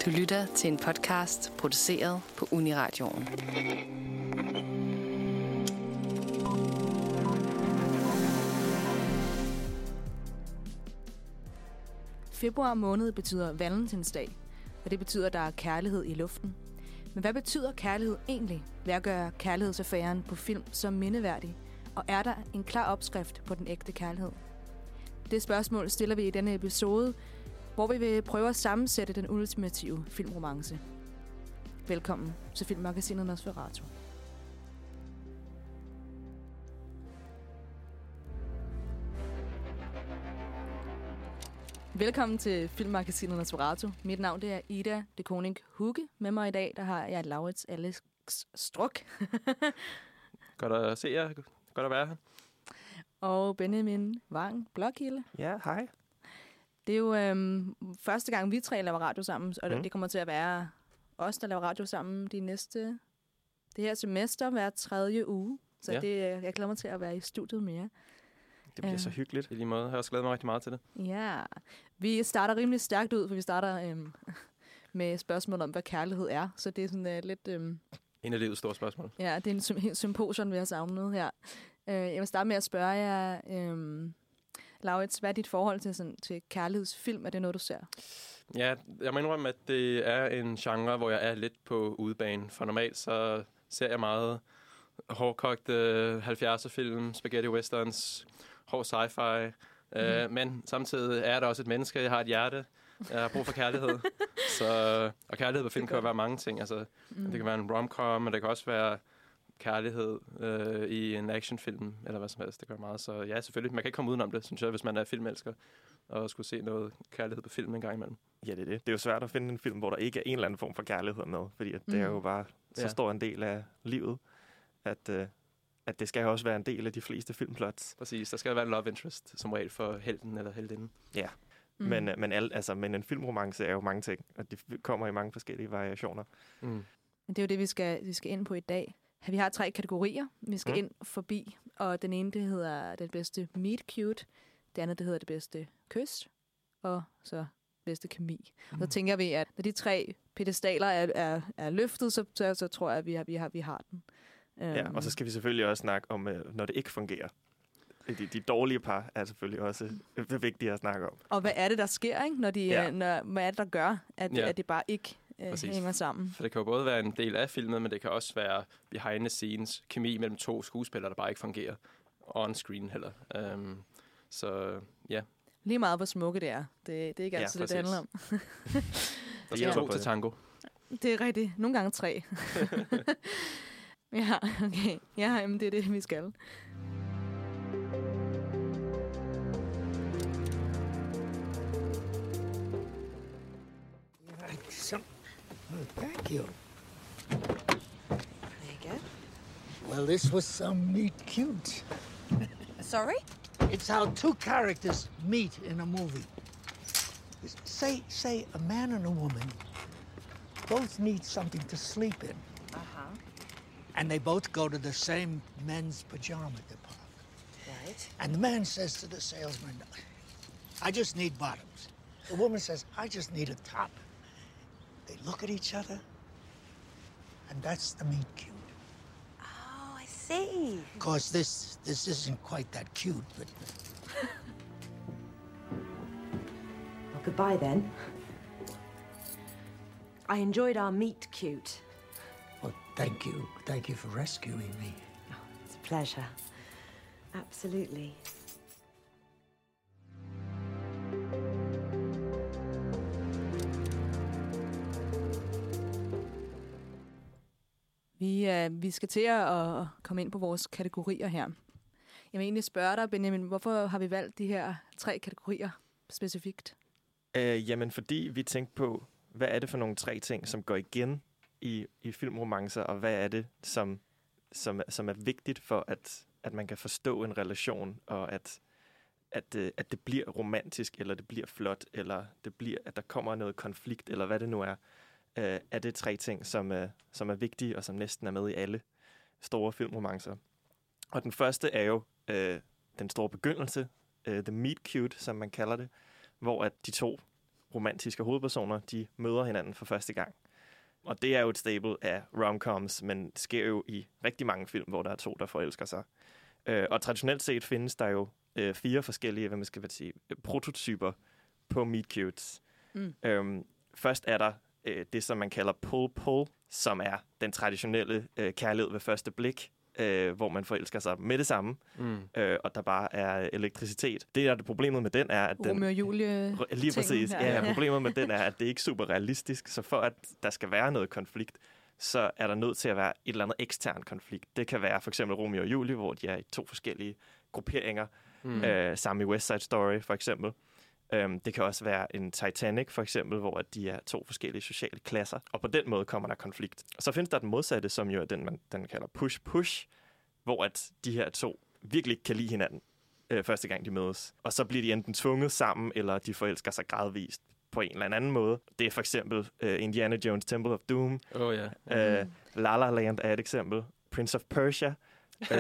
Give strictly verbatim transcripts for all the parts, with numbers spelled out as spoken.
Du lytter til en podcast produceret på Uniradioen. Februar måned betyder valentinsdag, og det betyder, at der er kærlighed i luften. Men hvad betyder kærlighed egentlig? Hvad gør kærlighedsaffæren på film så mindeværdig? Og er der en klar opskrift på den ægte kærlighed? Det spørgsmål stiller vi i denne episode, hvor vi vil prøve at sammensætte den ultimative filmromance. Velkommen til Filmmagasinet Nosferatu. Velkommen til Filmmagasinet Nosferatu. Mit navn det er Ida de Koning Hugge. Med mig i dag der har jeg Laurits Alex Struk. Godt at se jer. Godt at være her. Og Benjamin Wang Blokhilde. Ja, hej. Det er jo øhm, første gang, vi tre laver radio sammen, og mm. det kommer til at være os, der laver radio sammen de næste, det her semester, hver tredje uge. Så ja. det, jeg glæder mig til at være i studiet mere. Det bliver uh, så hyggeligt i lige måde. Jeg har også glædet mig rigtig meget til det. Ja, vi starter rimelig stærkt ud, for vi starter øhm, med spørgsmål om, hvad kærlighed er. Så det er sådan uh, lidt... Øhm, en af livets store spørgsmål. Ja, det er en sym- symposium, vi har savnet her. Uh, jeg vil starte med at spørge jer... Øhm, Laurits, hvad er dit forhold til, sådan, til kærlighedsfilm? Er det noget, du ser? Ja, jeg må indrømme, at det er en genre, hvor jeg er lidt på udebane. For normalt så ser jeg meget hårdkogte halvfjerdser-film, spaghetti westerns, hård sci-fi. Mm-hmm. Uh, men samtidig er der også et menneske, jeg har et hjerte. Jeg har brug for kærlighed. så, og kærlighed på film kan jo være mange ting. Altså, mm. Det kan være en rom-com, men det kan også være kærlighed øh, i en actionfilm, eller hvad som helst, det gør meget. Så ja, selvfølgelig, man kan ikke komme udenom det, synes jeg, hvis man er filmelsker, og skulle se noget kærlighed på film en gang imellem. Ja, det er det. Det er jo svært at finde en film, hvor der ikke er en eller anden form for kærlighed med, fordi at det mm. er jo bare så ja. stor en del af livet, at, øh, at det skal jo også være en del af de fleste filmplots. Præcis, der skal være en love interest, som regel for helten eller heldinden. Ja, mm. men, men, al, altså, men en filmromance er jo mange ting, og det kommer i mange forskellige variationer. Mm. Men det er jo det, vi skal, vi skal ind på i dag. Vi har tre kategorier, vi skal mm. ind forbi, og den ene, det hedder det bedste meet cute, det andet, det hedder det bedste kys, og så bedste kemi. Mm. Så tænker vi, at når de tre pedestaler er, er, er løftet, så, så, så tror jeg, at vi har, vi har, vi har den. Ja, og så skal vi selvfølgelig også snakke om, når det ikke fungerer. De, de dårlige par er selvfølgelig også vigtige at snakke om. Og hvad er det, der sker, ikke? Når de, ja. når, hvad er det, der gør, at, ja. at det bare ikke øh, hænger sammen? For det kan jo både være en del af filmen, men det kan også være behind the scenes, kemi mellem to skuespillere, der bare ikke fungerer on screen heller. Um, så ja. Lige meget, hvor smukke det er. Det, det er ikke altid, ja, det, det handler om. Der skal to til tango. Det er rigtigt. Nogle gange tre. ja, okay. Ja, jamen, det er det, vi skal. Some, oh, thank you. There you go. Well, this was some meet cute. Sorry? It's how two characters meet in a movie. Say, say a man and a woman both need something to sleep in. Uh-huh. And they both go to the same men's pajama depot. Right. And the man says to the salesman, I just need bottoms. The woman says, I just need a top. They look at each other, and that's the meet cute. Oh, I see. Of course, this this isn't quite that cute, but... Well, goodbye then. I enjoyed our meet cute. Well, thank you. Thank you for rescuing me. Oh, it's a pleasure. Absolutely. Vi, øh, vi skal til at komme ind på vores kategorier her. Jeg vil egentlig spørge dig, Benjamin, hvorfor har vi valgt de her tre kategorier specifikt? Øh, jamen, fordi vi tænkte på, hvad er det for nogle tre ting, som går igen i, i filmromancer, og hvad er det, som, som, som er vigtigt for, at, at man kan forstå en relation, og at, at, at det bliver romantisk, eller det bliver flot, eller det bliver, at der kommer noget konflikt, eller hvad det nu er. Uh, er det tre ting, som, uh, som er vigtige, og som næsten er med i alle store filmromancer. Og den første er jo uh, den store begyndelse, uh, the meet cute, som man kalder det, hvor at de to romantiske hovedpersoner, de møder hinanden for første gang. Og det er jo et stable af romcoms, men det sker jo i rigtig mange film, hvor der er to, der forelsker sig. Øh, og traditionelt set findes der jo øh, fire forskellige, hvad man skal sige, prototyper på meet cutes. Mm. Øhm, først er der øh, det, som man kalder pull-pull, som er den traditionelle øh, kærlighed ved første blik, øh, hvor man forelsker sig med det samme, mm. øh, og der bare er elektricitet. Det, der er det problemet med den, er, at den... Romeo og Julie Lige præcis. Ja, ja, problemet med den er, at det ikke er super realistisk, så for at der skal være noget konflikt, så er der nødt til at være et eller andet ekstern konflikt. Det kan være for eksempel Romeo og Julie, hvor de er i to forskellige grupperinger, mm. øh, sammen i West Side Story for eksempel. Um, det kan også være en Titanic, for eksempel, hvor de er to forskellige sociale klasser, og på den måde kommer der konflikt. Så findes der den modsatte, som jo er den, man den kalder push-push, hvor at de her to virkelig ikke kan lide hinanden øh, første gang, de mødes. Og så bliver de enten tvunget sammen, eller de forelsker sig gradvist på en eller anden måde. Det er for eksempel uh, Indiana Jones Temple of Doom. Oh, yeah. uh, La La Land er et eksempel. Prince of Persia. uh,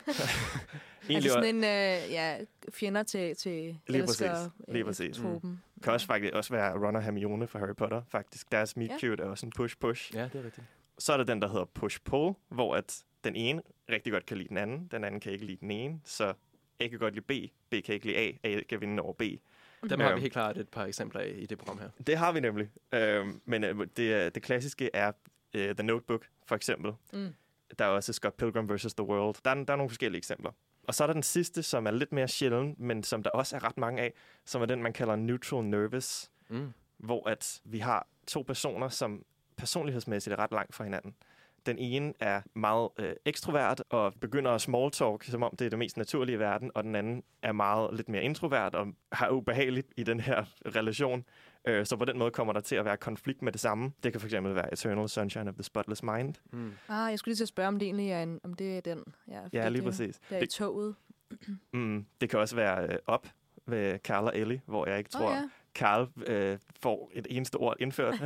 altså sådan en øh, ja, fjender til, til lige elsker, præcis. Lige præcis. Mm. Det kan også faktisk også være Ron og Hermione fra Harry Potter, faktisk. Deres meet cute er også en push-push. Ja, det er rigtigt. Så er der den, der hedder push-pull, hvor at den ene rigtig godt kan lide den anden, den anden kan ikke lide den ene, så A kan godt lide B, B kan ikke lide A, A kan vinde over B. Dem har vi helt klart et par eksempler af i det program her. Det har vi nemlig. Øh, men øh, det, det klassiske er uh, The Notebook, for eksempel. Mm. Der er også Scott Pilgrim versus The World. Der er, der er nogle forskellige eksempler. Og så er der den sidste, som er lidt mere sjælden, men som der også er ret mange af, som er den, man kalder neutral nervous, mm. hvor at vi har to personer, som personlighedsmæssigt er ret langt fra hinanden. Den ene er meget øh, ekstrovert og begynder at small talk, som om det er det mest naturlige i verden, og den anden er meget lidt mere introvert og har ubehageligt i den her relation. Øh, så på den måde kommer der til at være konflikt med det samme. Det kan fx være Eternal Sunshine of the Spotless Mind. Mm. Ah, jeg skulle lige til at spørge, om det egentlig er, en, om det er den. Ja, ja lige præcis. Det er i toget. mm, det kan også være øh, Up ved Carl og Ellie, hvor jeg ikke tror, oh, ja. Carl øh, får et eneste ord indført.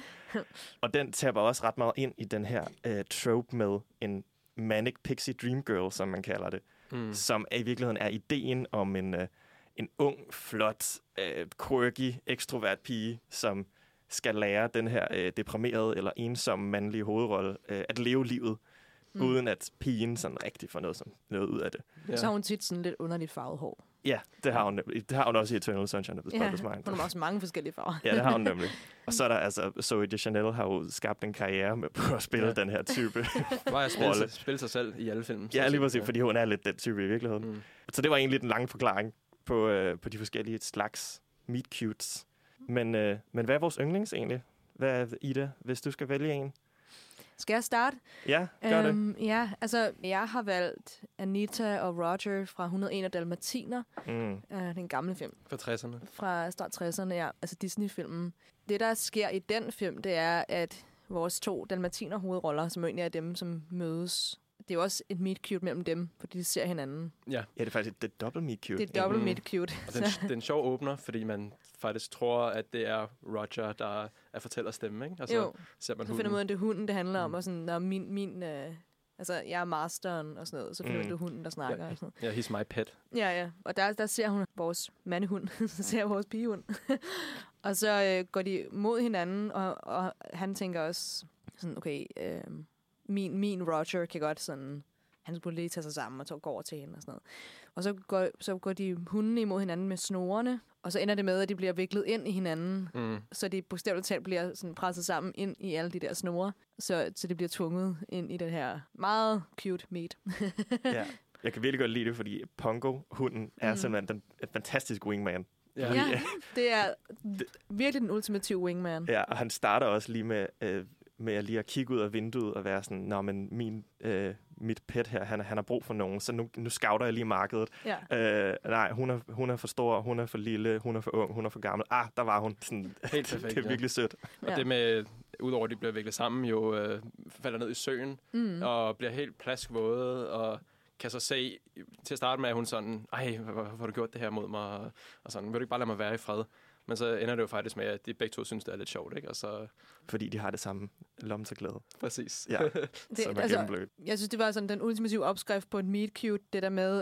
Og den taber også ret meget ind i den her øh, trope med en manic pixie dream girl, som man kalder det. Mm. Som i virkeligheden er ideen om en, øh, en ung, flot, øh, quirky, ekstrovert pige, som skal lære den her øh, deprimerede eller ensomme mandlige hovedrolle øh, at leve livet, mm. uden at pigen sådan rigtig får noget, som, noget ud af det. Ja. Så har hun tit sådan lidt underligt farvet hår. Ja, det har hun, det har hun også i Eternal Sunshine of the Spotless Mind. Hun har også mange forskellige farver. Ja, det har hun nemlig. Og så er der altså, Zooey Deschanel har jo skabt en karriere med på at spille ja. den her type Bare at spille, spille sig selv i alle film. Ja, lige præcis, fordi hun er lidt den type i virkeligheden. Mm. Så det var egentlig den lange forklaring på, øh, på de forskellige slags meet cutes. Men, øh, men hvad er vores yndlings egentlig? Hvad er Ida, hvis du skal vælge en? Skal jeg starte? Ja, gør øhm, det. Ja, altså, jeg har valgt Anita og Roger fra et hundrede og en og Dalmatiner. Mm. Øh, den gamle film. Fra tresserne. Fra start tresserne, ja. Altså Disney-filmen. Det, der sker i den film, det er, at vores to Dalmatiner-hovedroller, som egentlig er dem, som mødes. Det er jo også et meet-cute mellem dem, fordi de ser hinanden. Ja, ja det er faktisk det er dobbelt meet-cute. Det er dobbelt meet-cute. Og den, den sjov åbner, fordi man faktisk tror, at det er Roger, der er fortællerstemme, ikke? Og så jo, ser man så finder man ud af, at det er hunden, det handler om, og sådan, når min, min øh, altså, jeg er masteren og sådan noget, så finder man, mm. at det er hunden, der snakker. Ja, og sådan ja, he's my pet. Ja, ja, og der, der ser hun vores mandehund, så ser vores pigehund. Og så øh, går de mod hinanden, og, og han tænker også sådan, okay, øh, min, min Roger kan godt sådan, han skulle lige tage sig sammen og gå over til hende og sådan noget. Og så går, så går de hundene imod hinanden med snorene, og så ender det med, at de bliver viklet ind i hinanden, mm. så de bogstaveligt talt bliver sådan presset sammen ind i alle de der snore, så, så det bliver tvunget ind i den her meget cute meet. Ja, jeg kan virkelig godt lide det, fordi Pongo, hunden, er mm. simpelthen den fantastiske wingman. Ja, fordi, ja det er virkelig den ultimative wingman. Ja, og han starter også lige med... Øh, med at lige at kigge ud af vinduet og være sådan, nå, men min, øh, mit pet her, han, han har brug for nogen, så nu, nu scouter jeg lige markedet. Ja. Øh, nej, hun er, hun er for stor, hun er for lille, hun er for ung, hun er for gammel. Ah, der var hun. Sådan, helt perfekt, det er virkelig sødt. Og ja. det med, udover at de bliver viklet sammen, jo øh, falder ned i søen, mm. og bliver helt plaskvåde, og kan så se, til at starte med, at hun sådan, ej, hvorfor har du gjort det her mod mig, og sådan, vil du ikke bare lade mig være i fred? Men så ender det jo faktisk med, at de begge to synes, det er lidt sjovt, ikke? Og så... Fordi de har det samme lomme til glæde. Præcis. Ja, det, som er altså, jeg synes, det var sådan den ultimative opskrift på et meet cute, det der med, at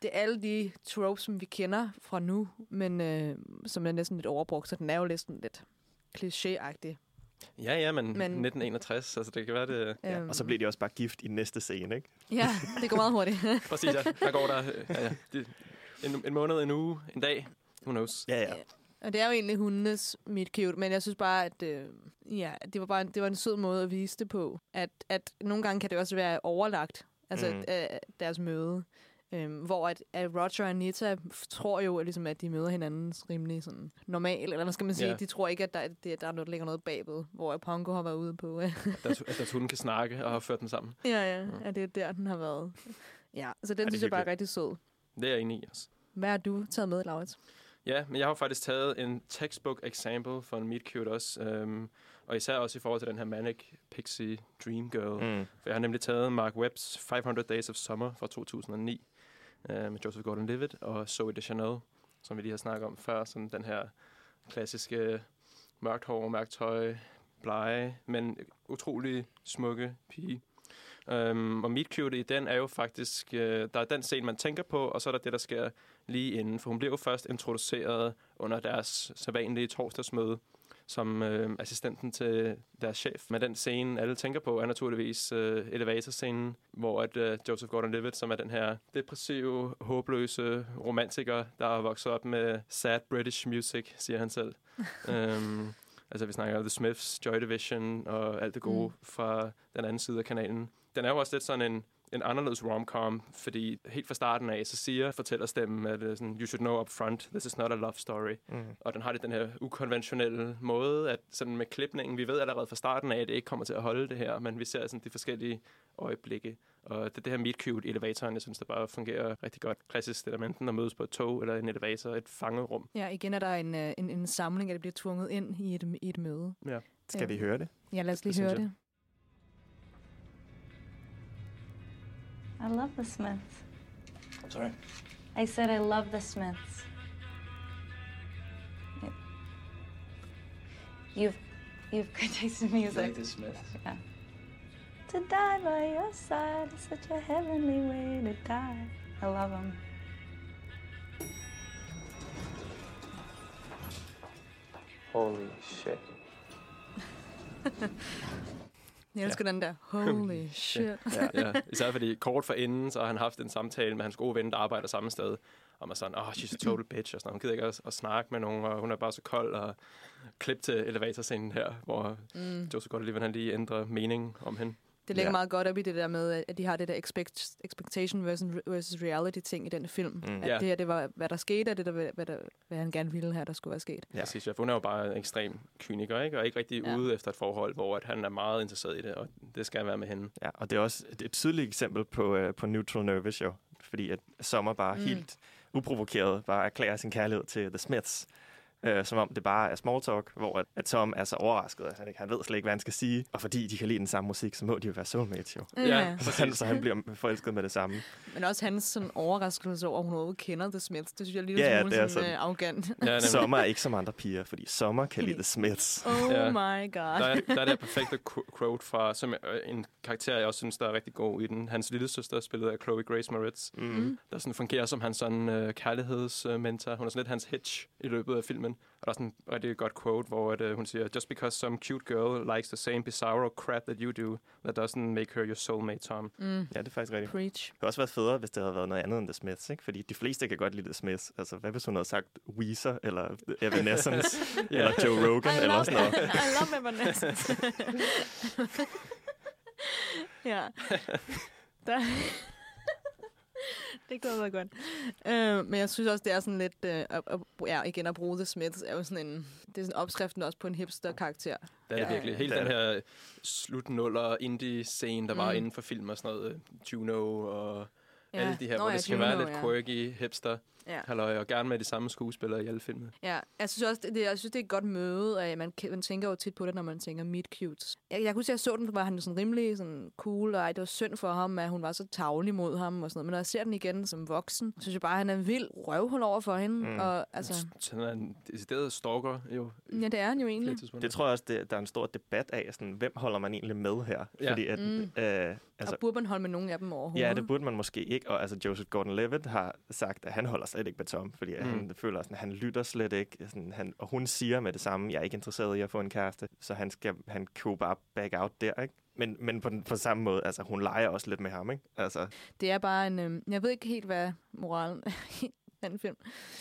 det er alle de tropes, som vi kender fra nu, men øh, som er næsten lidt overbrugt, så den er jo næsten lidt kliché-agtig. Ja, ja, men, Men- nitten enogtres, altså det kan være det... Ja, Øhm, og så bliver de også bare gift i næste scene, ikke? Ja, det går meget hurtigt. Præcis, ja. Der går der øh, ja, ja. Det, en, en måned, en uge, en dag. Who knows? Ja, ja. Og det er jo egentlig hundenes meet cute, men jeg synes bare, at øh, ja, det var bare det var en sød måde at vise det på. At, at nogle gange kan det også være overlagt, altså Mm. mm. at, deres møde. Øhm, hvor at, at Roger og Anita tror jo, at, ligesom, at de møder hinanden rimelig sådan normal, eller hvad skal man sige, Ja. de tror ikke, at der, det, der er noget, der ligger noget bagved, hvor Pongo har været ude på. Øh. At deres, at deres hunde kan snakke og har ført dem sammen. ja, ja, at det er der, den har været. Ja, så den Ja, det er synes jeg bare er hyggeligt. rigtig sød. Det er jeg enig i også. Hvad har du taget med, Laurits? Ja, men jeg har jo faktisk taget en textbook example for en meet cute også. Øhm, og især også i forhold til den her Manic Pixie Dream Girl. Mm. For jeg har nemlig taget Mark Webb's five hundred Days of Summer fra to tusind og ni øh, med Joseph Gordon-Levitt og Zooey Deschanel, som vi lige har snakket om før. Sådan den her klassiske mørkt hår, mørkt tøj, blege, men utrolig smukke pige. Um, og meet cute i den er jo faktisk, uh, der er den scene, man tænker på, og så er der det, der sker lige inden. For hun bliver jo først introduceret under deres sædvanlige torsdagsmøde som uh, assistenten til deres chef. Men den scene, alle tænker på, er naturligvis uh, elevatorscenen, hvor at, uh, Joseph Gordon-Levitt, som er den her depressive, håbløse romantiker, der har vokset op med sad British music, siger han selv. um, altså vi snakker om The Smiths, Joy Division og alt det gode mm. fra den anden side af kanalen. Den er jo også lidt sådan en, en anderledes rom-com, fordi helt fra starten af, så siger fortællerstemmen, at uh, sådan, you should know up front, this is not a love story. Mm. Og den har det den her ukonventionelle måde, at sådan med klipningen, vi ved allerede fra starten af, at det ikke kommer til at holde det her, men vi ser sådan de forskellige øjeblikke. Og det, det her meet cute elevatoren, jeg synes, det bare fungerer rigtig godt. Klassisk det der med enten at mødes på et tog eller en elevator, et fangerum. Ja, igen er der en, øh, en, en samling, at det bliver tvunget ind i et, i et møde. Ja. Skal vi høre det? Ja, lad os lige Det høre synes jeg. det. I love the Smiths. Sorry? I said I love the Smiths. It- You've you've good taste in music. the Smiths? Yeah. To die by your side is such a heavenly way to die. I love them. Holy shit. Jeg elsker ja. den der, holy shit. Ja, ja. Især fordi kort for inden, så har han haft en samtale med hans gode ven, der arbejder samme sted. Og man er sådan, oh, she's a total bitch. Og sådan. Hun gider ikke at, at snakke med nogen, og hun er bare så kold. Og klip til elevatorscenen her, hvor mm. Joseph Gordon-Levitt, han lige ændrer mening om hende. Det ligger Ja. meget godt op i det der med, at de har det der expect, expectation versus, versus reality-ting i den film. Mm. At Ja. det her, det var, hvad der skete, og det, der, hvad, der, hvad han gerne ville her, der skulle være sket. Ja. Ja. Præcis, ja. For hun er jo bare en ekstrem kyniker, ikke? Og ikke rigtig Ja. ja. ude efter et forhold, hvor at han er meget interesseret i det, og det skal være med hende. Ja, og det er også et, et tydeligt eksempel på, uh, på Neutral Nervous, jo. Fordi at Sommer bare Mm. mm. helt uprovokeret bare erklærer sin kærlighed til The Smiths. Uh, som om det bare er small talk, hvor at, at Tom er så overrasket, at han, ikke, han ved slet ikke, hvad han skal sige. Og fordi de kan lide den samme musik, så må de jo være soulmates, jo. Ja. Så han, så han bliver forelsket med det samme. Men også hans sådan, overraskelse over, at hun overhovedet kender The Smiths. Det synes jeg lige Ja, er ja, sådan, det er sådan, sådan. øh, arrogant. Ja, nemlig. Sommer er ikke som andre piger, fordi Sommer kan lide The Smiths. Oh Ja. my god. Der er, der er det perfekte qu- quote fra, som er en karakter, jeg også synes, der er rigtig god i den. Hans lille søster, spillet af Chloe Grace Moretz, Mm. der sådan fungerer som hans sådan, øh, kærlighedsmentor. Hun er sådan lidt hans hitch i løbet af filmen. Og der er sådan et rigtig godt quote, hvor at, øh, hun siger, just because some cute girl likes the same bizarro crap that you do, that doesn't make her your soulmate, Tom. Mm. Ja, det er faktisk rigtigt. Preach. Det havde også været federe, hvis det havde været noget andet end The Smiths, ikke? Fordi de fleste kan godt lide The Smiths. Altså, hvad hvis hun havde sagt Weezer, eller Evanescence, Ja. eller Joe Rogan, I eller love, sådan noget. I love Evanescence. ja. Der. Det kunne have været godt. Uh, men jeg synes også, det er sådan lidt... Uh, at, at, ja, igen at bruge The Smiths er jo sådan en... Det er sådan opskriften også på en hipster-karakter. Det er det Ja, virkelig. ja. Hele Det er den her slut-nuller indie-scene, der mm. var Mm. inden for film og sådan noget, Juno og Ja. alle de her, Nå, hvor ja, det skal Juno, være lidt ja. quirky, hipster. Ja. Halløj, og gerne med de samme skuespillere i alle filmene. Ja, jeg synes også, det, jeg synes, det er et godt møde, og man, man tænker jo tit på det, når man tænker meet cute. Jeg, jeg kunne sige, at jeg så den, var han sådan rimelig sådan cool, og ej, det var synd for ham, at hun var så tavlig mod ham og sådan noget. Men når jeg ser den igen som voksen, så synes jeg bare, at han er vild røvhul over for hende. Mm. Og, altså, Så han er en decideret stalker, jo. Ja, det er han jo egentlig. Det tror jeg også, det, der er en stor debat af, sådan, hvem holder man egentlig med her? Ja. Fordi at, Mm. øh, altså, og burde man holde med nogen af dem overhovedet? ja, det burde man måske ikke. Og altså, Joseph Gordon-Levitt har sagt, at han holder slet ikke med Tom, fordi mm. han føler, at han lytter slet ikke. Sådan, han, og hun siger med det samme, jeg er ikke interesseret i at få en kæreste, så han, skal, han kunne bare back out der, ikke? Men, men på, den, på samme måde, altså, hun leger også lidt med ham, ikke? Altså. Det er bare en... Øh, jeg ved ikke helt, hvad moralen er i den film.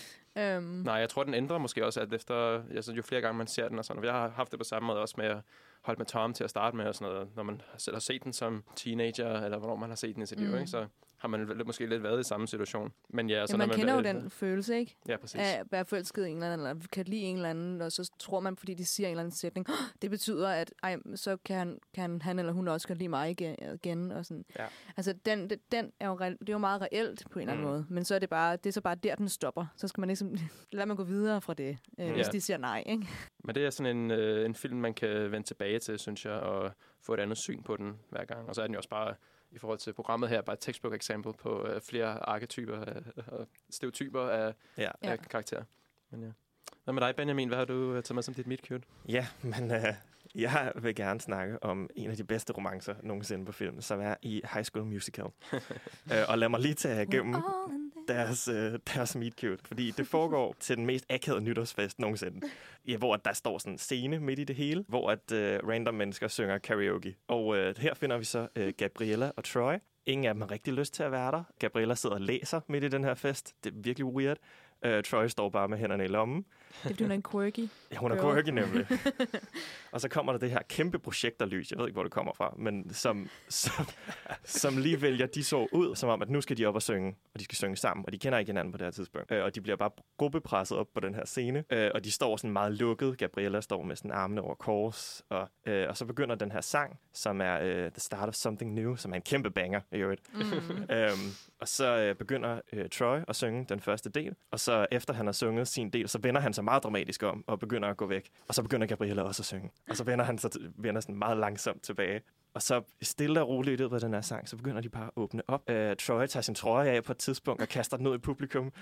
Um. Nej, jeg tror, den ændrer måske også, at efter, altså, jo flere gange man ser den og sådan. Jeg har haft det på samme måde også med at holde med Tom til at starte med og sådan noget. Når man selv har set den som teenager, eller hvornår man har set den i sit mm. liv, ikke? Så har man måske lidt været i samme situation. Men ja, så ja, man, man kender jo bliver, den følelse, ikke? Ja, præcis. Af at være forelsket i en eller anden, eller kan lide en eller anden, og så tror man, fordi de siger en eller anden sætning, oh, det betyder, at ej, så kan han, kan han eller hun også kan lide mig igen. Og sådan. Ja. Altså, den, den er jo, det er jo meget reelt på en eller anden mm. måde, men så er det bare, det er så bare der, den stopper. Så skal man ligesom, lad man gå videre fra det, øh, mm. hvis ja. de siger nej, ikke? Men det er sådan en, øh, en film, man kan vende tilbage til, synes jeg, og få et andet syn på den hver gang. Og så er den jo også bare, i forhold til programmet her, bare et textbook eksempel på øh, flere arketyper og stereotyper af, ja. af karakterer. Men ja. Hvad med dig, Benjamin? Hvad har du taget med som dit meet cute? Ja, men øh, jeg vil gerne snakke om en af de bedste romancer nogensinde på film, som er i High School Musical. øh, og lad mig lige tage igennem deres, øh, deres meet cute, fordi det foregår til den mest akavede nytårsfest nogensinde, ja, hvor der står sådan en scene midt i det hele, hvor at øh, random mennesker synger karaoke. Og øh, her finder vi så øh, Gabriella og Troy. Ingen af dem har rigtig lyst til at være der. Gabriella sidder og læser midt i den her fest. Det er virkelig weird. Uh, Troy står bare med hænderne i lommen. Det er fordi, hun er en quirky. Ja, hun er quirky nemlig. Og så kommer der det her kæmpe projekterlys, jeg ved ikke, hvor det kommer fra, men som, som, som lige vælger de så ud, som om, at nu skal de op og synge, og de skal synge sammen, og de kender ikke hinanden på det her tidspunkt. Uh, og de bliver bare gruppepresset op på den her scene, uh, og de står sådan meget lukket. Gabriella står med sådan armene over kors, og, uh, og så begynder den her sang, som er uh, The Start of Something New, som er en kæmpe banger i øvrigt. Mm. um, og så uh, begynder uh, Troy at synge den første del, og så efter han har sunget sin del, så vender han sig meget dramatisk om og begynder at gå væk. Og så begynder Gabriella også at synge. Og så vender han sig vender sådan meget langsomt tilbage. Og så stille og roligt i løbet af den her sang, så begynder de bare at åbne op. Uh, Troy tager sin trøje af på et tidspunkt og kaster den ud i publikum,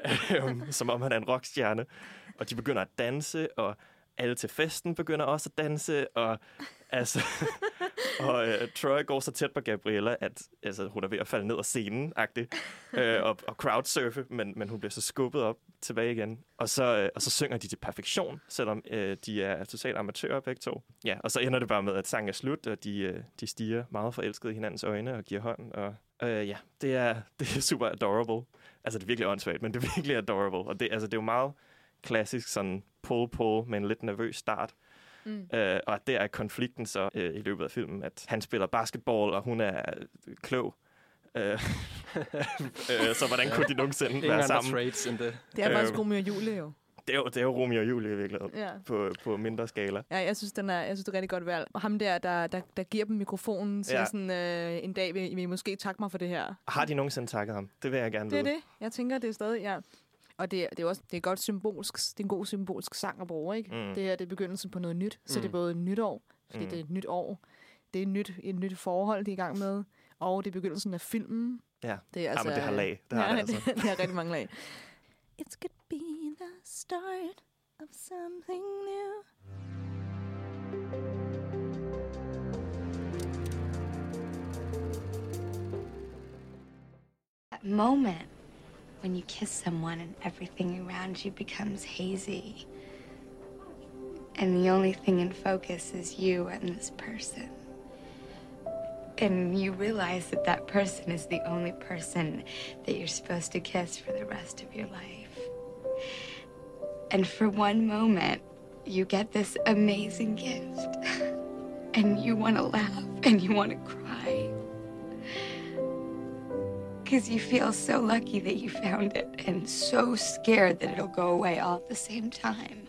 um, som om han er en rockstjerne. Og de begynder at danse, og alle til festen begynder også at danse, og altså... og øh, Troy går så tæt på Gabriella, at altså, hun er ved at falde ned af scenen-agtigt, øh, og, og crowdsurfe, men, men hun bliver så skubbet op tilbage igen. Og så, øh, og så synger de til perfektion, selvom øh, de er totalt amatører begge to. Ja, og så ender det bare med, at sangen er slut, og de, øh, de stiger meget forelsket i hinandens øjne og giver hånd. Og øh, ja, det er, det er super adorable. Altså, det er virkelig åndssvagt, men det er virkelig adorable. Og det, altså, det er jo meget klassisk sådan pull-pull med en lidt nervøs start. Mm. Øh, og der er konflikten så øh, i løbet af filmen, at han spiller basketball, og hun er øh, klog. Øh, øh, så hvordan kunne de nogensinde være sammen? End det. det er faktisk Romeo og Julie jo. Det er jo, det er jo Romeo og Julie i virkeligheden, ja. på, på mindre skala. Ja, jeg synes, den er, jeg synes, det er rigtig godt valg. Og ham der, der, der, der giver dem mikrofonen, siger ja. sådan, øh, en dag vil I måske takke mig for det her. Har de nogensinde takket ham? Det vil jeg gerne vide. Det er det. Jeg tænker, det er stadig, ja. Og det, det er også det er godt symbolsk, det er en god symbolsk sang at bruge, ikke? Mm. Det her, det er begyndelsen på noget nyt, så mm. det er både nytår, fordi mm. det er et nyt år, det er et nyt, et nyt forhold, de er i gang med, og det er begyndelsen af filmen. Ja, det er altså, ja men det har lag. Det har ja, det, altså. det, det har rigtig mange lag. It's could be the start of something new. That moment when you kiss someone and everything around you becomes hazy. And the only thing in focus is you and this person. And you realize that that person is the only person that you're supposed to kiss for the rest of your life. And for one moment, you get this amazing gift. And you want to laugh and you want to cry. Because you feel so lucky that you found it and so scared that it'll go away all at the same time.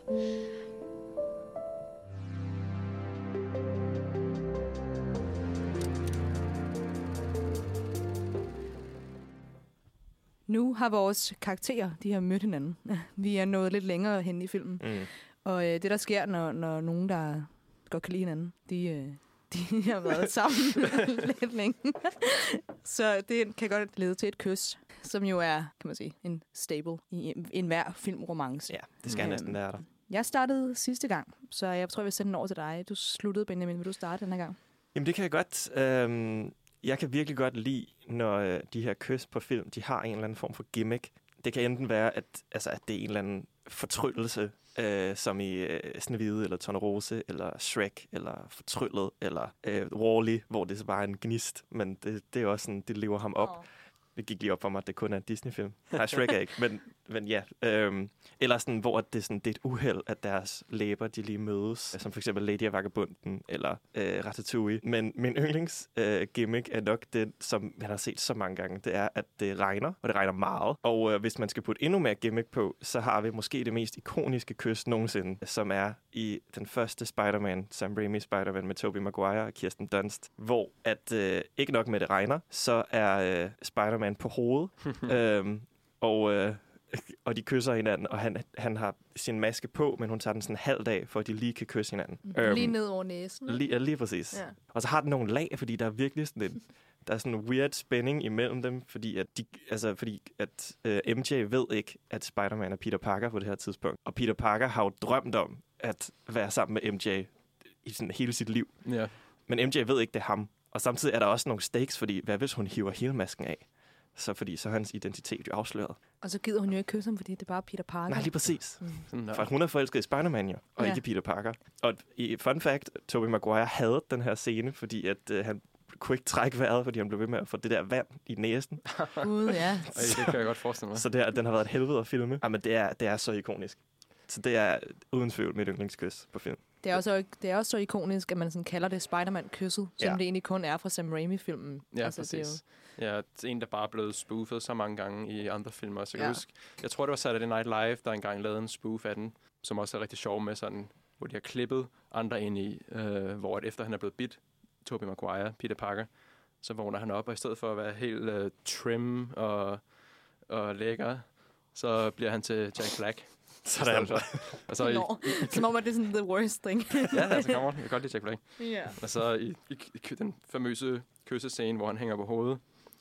Nu har vores karakterer, de har mødt hinanden. Vi er nået lidt længere hen i filmen. Mm. Og øh, det, der sker, når, når nogen, der godt kan lide hinanden, de, øh, de har været sammen lidt længe. Så det kan godt lede til et kys, som jo er, kan man sige, en staple i enhver filmromance. Ja, det skal Øhm, næsten være der. Jeg startede sidste gang, så jeg tror, jeg vil sende den over til dig. Du sluttede, Benjamin. Vil du starte den her gang? Jamen, det kan jeg godt. Øhm, jeg kan virkelig godt lide, når øh, de her kys på film, de har en eller anden form for gimmick. Det kan enten være, at, altså, at det er en eller anden fortryllelse, øh, som i øh, Snehvide, eller Tornerose, eller Shrek, eller Fortryllet, eller øh, Wall-E, hvor det så bare er en gnist. Men det, det er også sådan, det lever ham op. Oh. Det gik lige op for mig, at det kun er en Disney-film. Nej, Shrek er ikke, men, men ja. Øhm, eller sådan, hvor det, sådan, det er et uheld, at deres læber, de lige mødes. Som for eksempel Lady og Vagabunden, eller øh, Ratatouille. Men min yndlingsgimmick øh, er nok den, som man har set så mange gange. Det er, at det regner, og det regner meget. Og øh, hvis man skal putte endnu mere gimmick på, så har vi måske det mest ikoniske kys nogensinde, som er i den første Spider-Man, Sam Raimi Spider-Man med Tobey Maguire og Kirsten Dunst. Hvor at øh, ikke nok med det regner, så er øh, Spider-Man på hovedet, øhm, og, øh, og de kysser hinanden, og han, han har sin maske på, men hun tager den sådan halvt af, for at de lige kan kysse hinanden. Lige øhm, ned over næsen. Lige, ja, lige præcis. Ja. Og så har den nogle lag, fordi der er virkelig sådan en, der er sådan en weird spænding imellem dem, fordi at, de, altså, fordi at øh, M J ved ikke, at Spider-Man er Peter Parker på det her tidspunkt. Og Peter Parker har jo drømt om at være sammen med M J i sådan hele sit liv. Ja. Men M J ved ikke, det er ham. Og samtidig er der også nogle stakes, fordi hvad hvis hun hiver hele masken af? Så fordi så er hans identitet jo afsløret. Og så gider hun jo ikke kysse ham, fordi det er bare Peter Parker. Nej, lige præcis. Mm. For hun er forelsket i Spider-Man jo, og ja. ikke Peter Parker. Og i fun fact, Tobey Maguire havde den her scene, fordi at øh, han kunne ikke trække vejret, fordi han blev ved med at få det der vand i næsen. Gud, ja. Så, det kan jeg godt forestille mig. Så det er, den har været et helvede at filme. Jamen, det er, det er så ikonisk. Så det er uden tvivl mit yndlingskys på film. Det er også, det er også så ikonisk, at man sådan kalder det Spider-Man-kysset, som ja. det egentlig kun er fra Sam Raimi-filmen. Ja, altså, præcis. Det er jo... Ja, det er en, der bare er blevet spoofet så mange gange i andre film også. Jeg kan ja. huske, jeg tror, det var Saturday Night Live, der engang lavede en spoof af den, som også er rigtig sjov med sådan, hvor de har klippet andre ind i, øh, hvor at efter han er blevet bit, Tobey Maguire, Peter Parker, så vågner han op, og i stedet for at være helt øh, trim og, og lækker, så bliver han til Jack Black. Sådan. Og så i, Nå, som om, at det er sådan the worst thing. ja, altså kommer han. Jeg kan godt lide Jack Black. Ja. Og så i, i, i den famøse kyssescene, hvor han hænger på hovedet,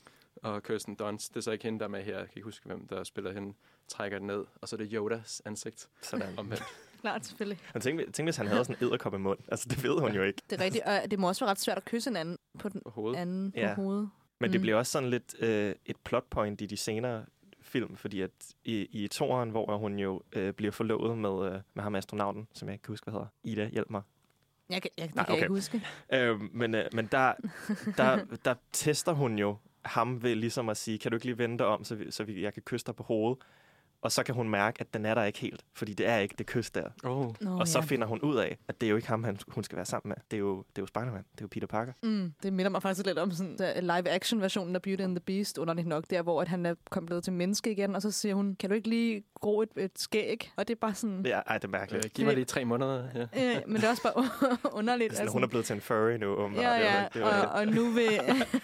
og Kirsten Dunst, det er så ikke hende, der er med her. Jeg kan ikke huske, hvem der spiller hende, trækker den ned, og så er det Yodas ansigt. Sådan. Omvendt. Klart, selvfølgelig. Men tænk, tænk, hvis han havde sådan en edderkop i mund. Altså, det ved hun jo ikke. Det er rigtigt, og det må også være ret svært at kysse en anden på den hovedet. anden på ja. hovedet. Men mm. det bliver også sådan lidt øh, et plot point i de senere film, fordi at i, i toeren, hvor hun jo øh, bliver forlovet med, øh, med ham astronauten, som jeg ikke kan huske, hvad hedder. Ida, hjælp mig. Jeg kan, jeg, det Nej, kan okay. jeg ikke huske. Øh, men øh, men der, der, der tester hun jo ham ved ligesom at sige, kan du ikke lige vende dig om, så, vi, så vi, jeg kan kysse dig på hovedet? Og så kan hun mærke, at den er der ikke helt, fordi det er ikke det kys der. Oh. Nå, og så ja. finder hun ud af, at det er jo ikke ham, han, hun skal være sammen med. Det er jo, det er jo Spider-Man. Det er jo Peter Parker. Mm, det minder mig faktisk lidt om sådan live-action-versionen af Beauty and the Beast, underligt nok, der hvor at han er kommet til menneske igen, og så siger hun, kan du ikke lige gro et, et skæg? Og det er bare sådan... Ja, ej, det er mærkeligt. Øh, giv mig lige tre måneder. Ja. Øh, men det er også bare underligt. Altså, altså. Hun er blevet til en furry nu. Um, Ja, ja, det var, det var og, og nu vil...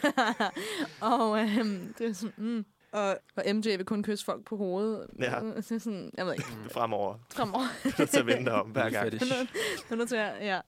og øhm, det er sådan... Mm. Og, og M J vil kun kysse folk på hovedet. Ja. Så er sådan, jeg ved ikke. Fremover. Fremover. Du er til at vente om hver gang. Du er nødt til at, ja.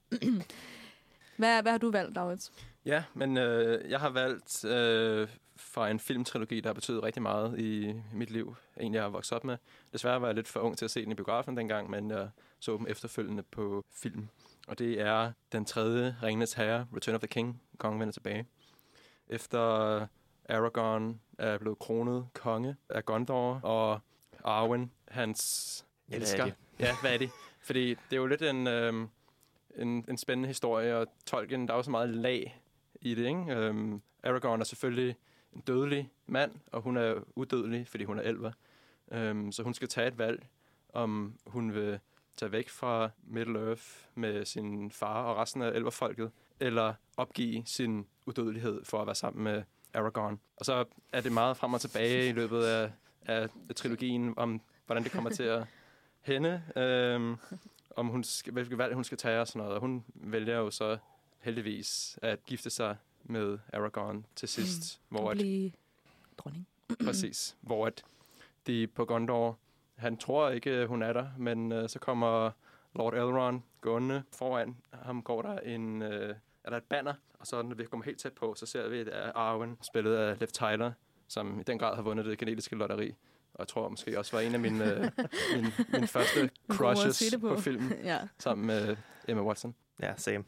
hvad, hvad har du valgt, Davids? Ja, men øh, jeg har valgt øh, fra en filmtrilogi, der har betydet rigtig meget i mit liv. En, jeg har vokset op med. Desværre var jeg lidt for ung til at se den i biografen dengang, men jeg så dem efterfølgende på film. Og det er den tredje Ringenes Herre, Return of the King, kongen vender tilbage. Efter Aragorn er blevet kronet konge af Gondor, og Arwen, hans Ja, hvad elsker. er de? Ja, hvad er det? Fordi det er jo lidt en, øhm, en, en spændende historie, og Tolkien, der er jo så meget lag i det, ikke? Øhm, Aragorn er selvfølgelig en dødelig mand, og hun er udødelig, fordi hun er elver. Øhm, så hun skal tage et valg, om hun vil tage væk fra Middle-earth med sin far og resten af elverfolket, eller opgive sin udødelighed for at være sammen med Aragorn. Og så er det meget frem og tilbage i løbet af, af trilogien, om hvordan det kommer til at hænde, øhm, om hun skal, hvilke valg hun skal tage og sådan noget. Og hun vælger jo så heldigvis at gifte sig med Aragorn til sidst. Mm. Hvor Og at, blive dronning. Præcis. Hvor at de på Gondor, han tror ikke, hun er der, men øh, så kommer Lord Elrond gående foran. Ham går der en, øh, er der et banner, og så når vi kommer helt tæt på, så ser vi, at det er Arwen, spillet af Liv Tyler, som i den grad har vundet det kanadiske lotteri. Og jeg tror måske også var en af mine, øh, min, min første crushes på. på filmen, ja. Sammen med Emma Watson. Ja, same.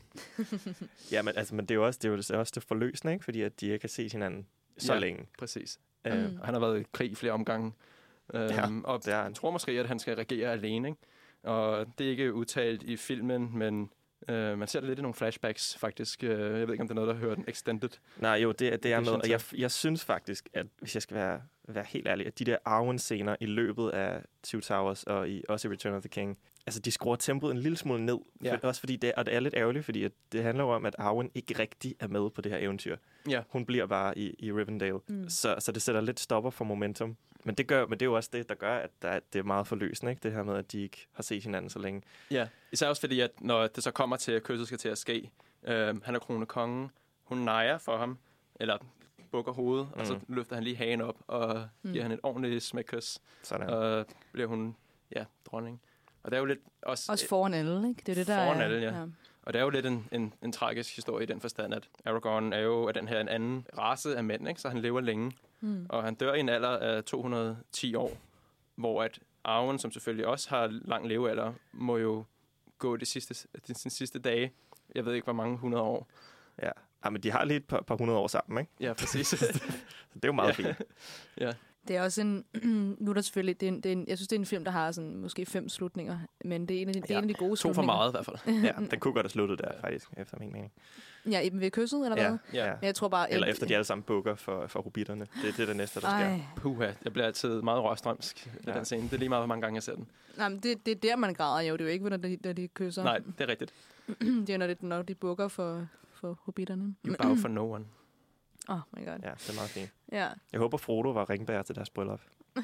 ja, men, altså, men det er jo også det, er jo også det forløsende, ikke? Fordi at de ikke har set hinanden så ja, længe. Præcis. Mm. Uh, han har været i krig i flere omgange. Um, ja, og jeg tror måske, at han skal regere alene. Ikke? Og det er ikke udtalt i filmen, men uh, man ser det lidt i nogle flashbacks, faktisk. Uh, jeg ved ikke, om det er noget, der hører den extended. Nej, jo, det, det er med. Og jeg, jeg synes faktisk, at hvis jeg skal være, være helt ærlig, at de der Arwen-scener i løbet af Two Towers og i, også i Return of the King, altså, de skruer tempoet en lille smule ned. Ja. For, også fordi det, og det er lidt ærgerligt, fordi at det handler jo om, at Arwen ikke rigtig er med på det her eventyr. Ja. Hun bliver bare i, i Rivendell. Mm. Så, så det sætter lidt stopper for momentum. Men det, gør, men det er jo også det, der gør, at der, det er meget forløsende, ikke? Det her med, at de ikke har set hinanden så længe. Ja, især også fordi, at når det så kommer til, at kysset skal til at ske, øh, han er kronekongen, hun nejer for ham, eller bukker hovedet, mm. og så løfter han lige hagen op, og mm. giver han et ordentligt smækkys. Sådan. Og bliver hun, ja, dronning. Og det er jo lidt også... Også foran alle, ikke? Det er det, der foran er... alle, ja. ja. Og det er jo lidt en, en, en tragisk historie i den forstand, at Aragorn er jo af den her en anden race af mænd, ikke? Så han lever længe. Mm. Og han dør i en alder af to hundrede og ti år, hvor at Arwen, som selvfølgelig også har lang levealder, må jo gå de sidste, de, de sidste dage. Jeg ved ikke, hvor mange hundrede år. Ja, ja men de har lige et par, par hundrede år sammen, ikke? Ja, præcis. Det er jo meget ja. fint. Ja. Det er også en... nu er der selvfølgelig... Det er en, det er en, jeg synes, det er en film, der har sådan, måske fem slutninger. Men det er en af de, ja. det er en af de gode to slutninger. To for meget i hvert fald. Ja, den kunne godt have sluttet der, faktisk, efter min mening. Ja, ved kysset, eller ja. hvad? Ja. Jeg tror bare... Eller efter de alle sammen bukker for, for hobitterne. Det, det er det næste, der sker. Ej. Puha, jeg bliver altid meget rørstrømsk i ja. den scene. Det er lige meget, hvor mange gange jeg ser den. Nej, men det, det er der, man græder jo. Det er jo ikke, når de, når de kysser. Nej, det er rigtigt. Det er, når, det, når de bukker for, for hobitterne. You bow for no one. Oh my god. Ja, det er meget fint. Ja. Jeg håber, Frodo var ringbærer til deres bryllup.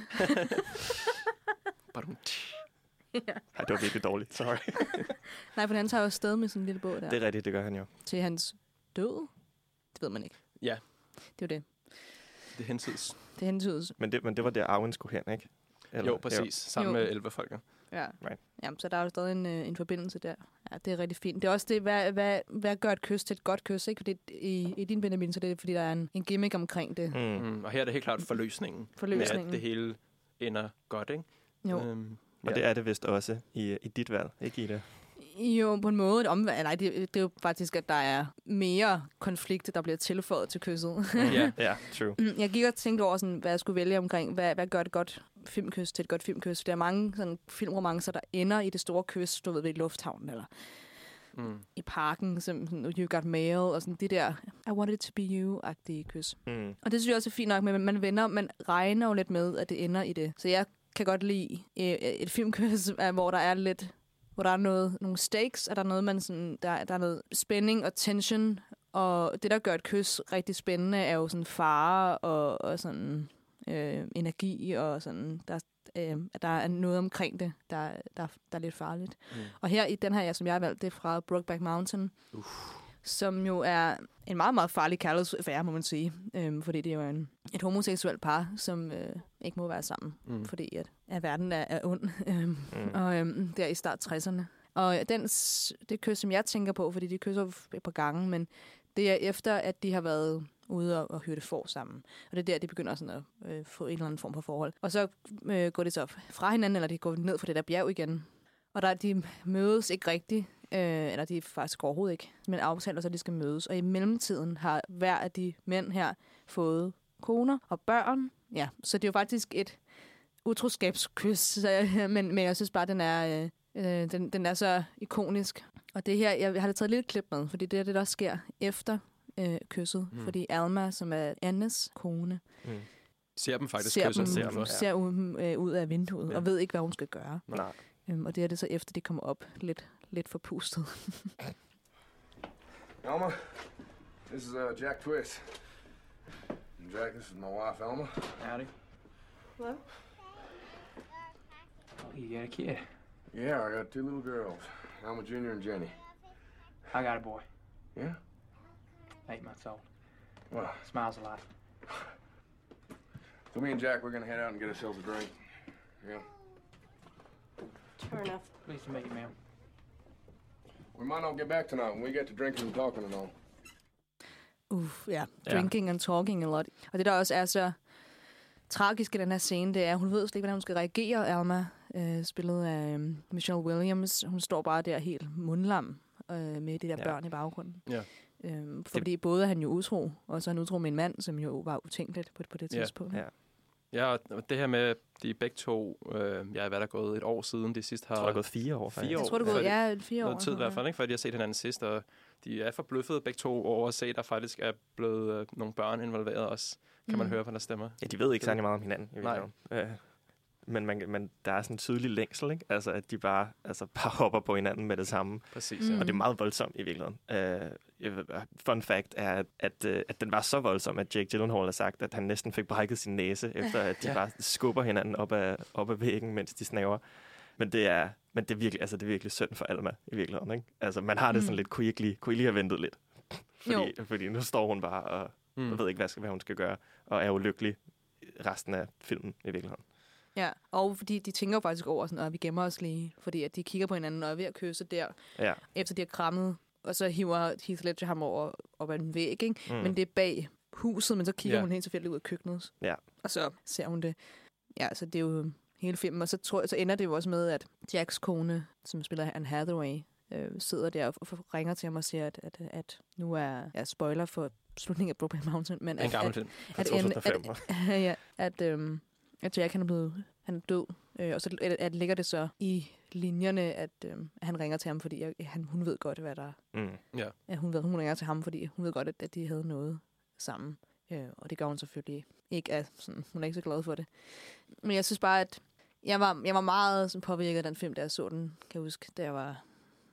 Ja. Ej, det var virkelig dårligt. Sorry. Nej, for han tager jo afsted med sådan en lille båd der. Det er rigtigt, det gør han jo. Til hans død? Det ved man ikke. Ja. Det er jo det. Det er hensides. Det er hensides. Men det, men det var der, Arwen skulle hen, ikke? Eller, jo, præcis. Jo. Sammen jo. med elverfolket. Ja. Right. Jamen, så der er jo stadig en, en forbindelse der. Ja, det er rigtig fint. Det er også det, hvad, hvad, hvad gør et kys til et godt kys, ikke? Fordi i, i din Benjamin, så det er fordi, der er en, en gimmick omkring det. Mm. Mm. Og her er det helt klart forløsningen. Forløsningen. Med at det hele ender godt, ikke? Jo. Øhm, ja. Og det er det vist også i, i dit valg, ikke i det? Jo, på en måde. Omvendt. Nej, det, det er jo faktisk, at der er mere konflikter, der bliver tilføjet til kysset. Ja, yeah, yeah, true. Jeg gik og tænkte over, sådan, hvad jeg skulle vælge omkring, hvad, hvad gør et godt filmkys til et godt filmkys. Der er mange sådan, filmromancer, der ender i det store kys, du ved, ved lufthavnen, eller mm. i parken, som sådan, You Got Mail, og sådan det der I Want It To Be You-agtige kys. Mm. Og det synes jeg også er fint nok, men man vender, man regner jo lidt med, at det ender i det. Så jeg kan godt lide et filmkys, hvor der er lidt... hvor der er noget, nogle stakes, og der er noget, man sådan, der, der er noget spænding og tension, og det, der gør et kys rigtig spændende, er jo sådan fare og, og sådan øh, energi, og sådan, der, øh, der er noget omkring det, der, der, der er lidt farligt. Mm. Og her i den her, som jeg har valgt, det er fra Brokeback Mountain, uh. som jo er en meget, meget farlig kærlighedsaffære, må man sige, øh, fordi det er jo en, et homoseksuelt par, som øh, ikke må være sammen, mm. fordi at, at verden er, er ond, øh, mm. og øh, der i start tresserne. Og den, det kys, som jeg tænker på, fordi de kysser et par gange, men det er efter, at de har været ude og, og hyrde får sammen. Og det er der, de begynder sådan at øh, få en eller anden form for forhold. Og så øh, går de så fra hinanden, eller de går ned fra det der bjerg igen. Og der, de mødes ikke rigtigt, øh, eller de faktisk overhovedet ikke, men aftaler så, at de skal mødes. Og i mellemtiden har hver af de mænd her fået koner og børn. Ja, så det er jo faktisk et utroskabskys, så, men, men jeg synes bare, den er, øh, den, den er så ikonisk. Og det her, jeg har da taget et lille klip med, fordi det er det, der sker efter øh, kysset. Mm. Fordi Alma, som er Annes kone, mm. ser dem faktisk ser kysser. Dem, ser, dem, ser ud, øh, ud af vinduet, ja. Og ved ikke, hvad hun skal gøre. Nej. Um, og det er det så efter, de kommer op lidt, lidt forpustet. Elma, this is uh, Jack Twist. And Jack, this is my wife, Elma. Howdy. Hello? Oh, you got a kid? Yeah, I got two little girls, Elma Junior and Jenny. I got a boy. Yeah? Eight months old. Well, smiles a lot. So me and Jack, we're gonna head out and get ourselves a drink. Yeah. Sure enough. Pleased to meet you, ma'am. We might not get back tonight when we get to drinking and talking and all. Uff, ja. Ja. Drinking and talking a lot. Og det, der også er så tragisk i den her scene, det er, at hun ved slet ikke, hvordan hun skal reagere, Alma, øh, spillet af øh, Michelle Williams. Hun står bare der helt mundlam øh, med de der Ja. børn i baggrunden. Ja. Øhm, fordi det... både er han jo utro, og så er han utro med en mand, som jo var utænkeligt på, på det Ja. tidspunkt. Ja. Ja, og det her med, de begge to, øh, ja, hvad er der gået et år siden, de sidste har... Jeg tror, der er gået fire år, faktisk. Fire år. Jeg tror, det er gået, ja, fire år. Noget tid i hvert fald, ikke? Før de har set hinanden sidst, og de er forbløffet begge to over at se, at der faktisk er blevet øh, nogle børn involveret også, kan mm. man høre på deres stemmer. Ja, de ved ikke særlig meget om hinanden. I Nej. øh, men, man, men der er sådan en tydelig længsel, ikke? Altså, at de bare, altså, bare hopper på hinanden med det samme. Præcis, Mm. ja. Og det er meget voldsomt i virkeligheden. Uh, fun fact er, at, at, uh, at den var så voldsom, at Jake Gyllenhaal har sagt, at han næsten fik brækket sin næse, efter at de Ja. bare skubber hinanden op ad, op ad væggen, mens de snaver. Men det er, men det er virkelig, altså, det er virkelig synd for Alma i virkeligheden, ikke? Altså, man har det sådan Mm. lidt, kunne I ikke lige, kunne I lige have ventet lidt? Fordi, Jo. fordi nu står hun bare og, Mm. og ved ikke, hvad, skal, hvad hun skal gøre, og er ulykkelig resten af filmen i virkeligheden. Ja, og fordi de tænker jo faktisk over sådan, at vi gemmer os lige, fordi at de kigger på hinanden og er ved at kysse der, Ja. efter de har krammet, og så hiver Heath Ledger ham over op ad en væg, ikke? Mm. Men det er bag huset, men så kigger Ja. hun helt tilfældigt ud af køkkenet. Ja. Og så ser hun det. Ja, så det er jo hele filmen, og så, tror jeg, så ender det jo også med, at Jacks kone, som spiller Anne Hathaway, øh, sidder der og, og ringer til ham og siger, at, at, at nu er ja, spoiler for slutningen af Brokeback Mountain, men En at, gammel at, film. Fra at, to tusind og fem. at, at, ja, at, øhm, at Jack han er blevet han er død, øh, og så at, at ligger det så i linjerne, at, øhm, at han ringer til ham, fordi at, han, hun ved godt, hvad der Mm. Ja. at hun ved, hun ringer til ham, fordi hun ved godt, at, at de havde noget sammen, øh, og det gør hun selvfølgelig ikke. At, sådan, hun er ikke så glad for det. Men jeg synes bare, at jeg var, jeg var meget sådan, påvirket af den film, da jeg så den, kan jeg huske, da jeg var,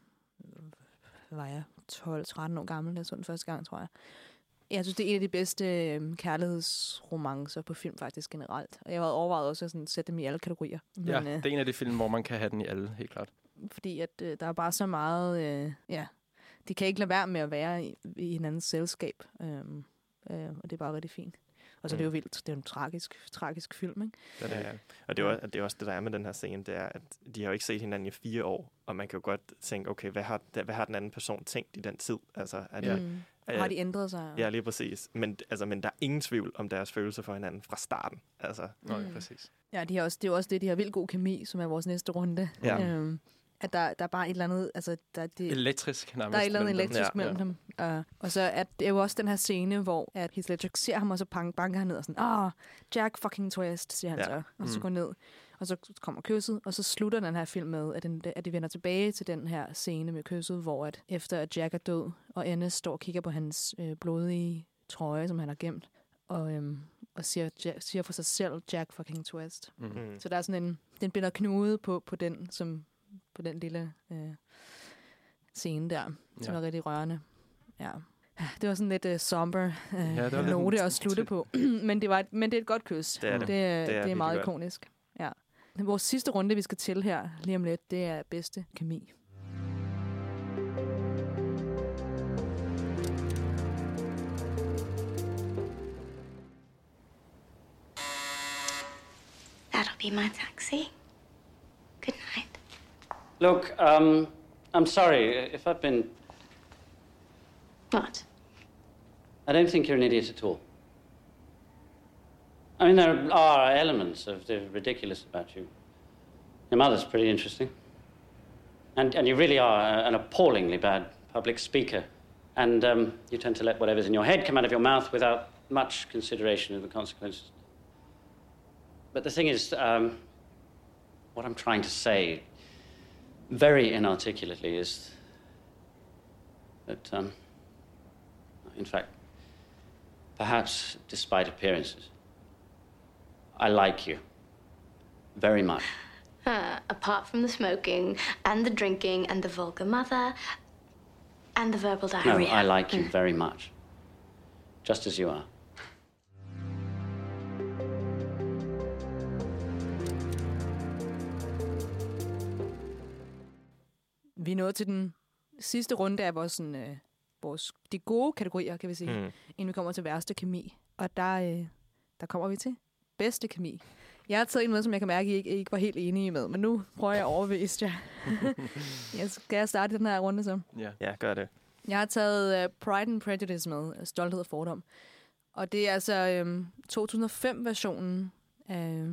var jeg tolv tretten år gammel, da jeg så den første gang, tror jeg. Jeg synes, det er en af de bedste øh, kærlighedsromancer på film faktisk generelt. Og jeg var overvejet også at sådan, sætte dem i alle kategorier. Men, Ja, øh, det er en af de film, hvor man kan have den i alle, helt klart. fordi at øh, der er bare så meget, øh, ja, de kan ikke lade være med at være i, i hinandens selskab. Øhm, øh, og det er bare rigtig fint. Og så mm. det er jo vildt, det er jo en tragisk, tragisk film, ikke? Ja, det er Ja, og det er, også, det er også det, der er med den her scene, det er, at de har jo ikke set hinanden i fire år, og man kan jo godt tænke, okay, hvad har, hvad har den anden person tænkt i den tid? Altså, er det, Mm. er, Har de ændret sig? Ja, lige præcis. Men, altså, men der er ingen tvivl om deres følelser for hinanden fra starten. Altså, Nej, Mm. præcis. Ja, de har også, det er jo også det, de har vildt god kemi, som er vores næste runde. Ja. Øhm, at der, der er bare et eller andet, altså der, det, Elektrisk nærmest. der er et eller andet mellem dem. elektrisk Ja, mellem ja. dem. Uh, og så er det er jo også den her scene, hvor at Heath Ledger ser ham, og så pang- banker han ned og sådan, ah, Jack fucking twist, siger han Ja. så. Og så Mm. går ned, og så kommer kysset, og så slutter den her film med, at, den, at de vender tilbage til den her scene med kysset, hvor at efter at Jack er død, og Ennis står og kigger på hans øh, blodige trøje, som han har gemt, og, øhm, og siger, Jack, siger for sig selv, Jack fucking twist. Mm. mm. Så der er sådan en, den binder knude på, på den, som, på den lille øh, scene der, som Ja. er rigtig rørende. Ja. Det var sådan lidt uh, somber uh, Ja, det var lidt note en- at slutte på. men, det var et, men det er et godt kys. Det er det. Det, er, Det er det er virkelig meget godt. ikonisk. Ja. Vores sidste runde, vi skal til her lige om lidt, det er bedste kemi. That'll be my taxi. Good night. Look, um, I'm sorry if I've been... What? I don't think you're an idiot at all. I mean, there are elements of the ridiculous about you. Your mother's pretty interesting. And, and you really are an appallingly bad public speaker. And um, you tend to let whatever's in your head come out of your mouth without much consideration of the consequences. But the thing is, um, what I'm trying to say very inarticulately is that, um, in fact, perhaps despite appearances, I like you very much. Uh, apart from the smoking and the drinking and the vulgar mother and the verbal No, diarrhea. I like you very much, just as you are. Vi er nået til den sidste runde af vores, sådan, øh, vores de gode kategorier, kan vi sige, Mm. inden vi kommer til værste kemi. Og der, øh, der kommer vi til bedste kemi. Jeg har taget en med, som jeg kan mærke, at I ikke, ikke var helt enige med, men nu prøver jeg at overbevise jer. Jeg skal jeg starte den her runde så? Ja, ja gør det. Jeg har taget uh, Pride and Prejudice med, Stolthed og Fordom. Og det er altså um, to tusind og fem-versionen uh,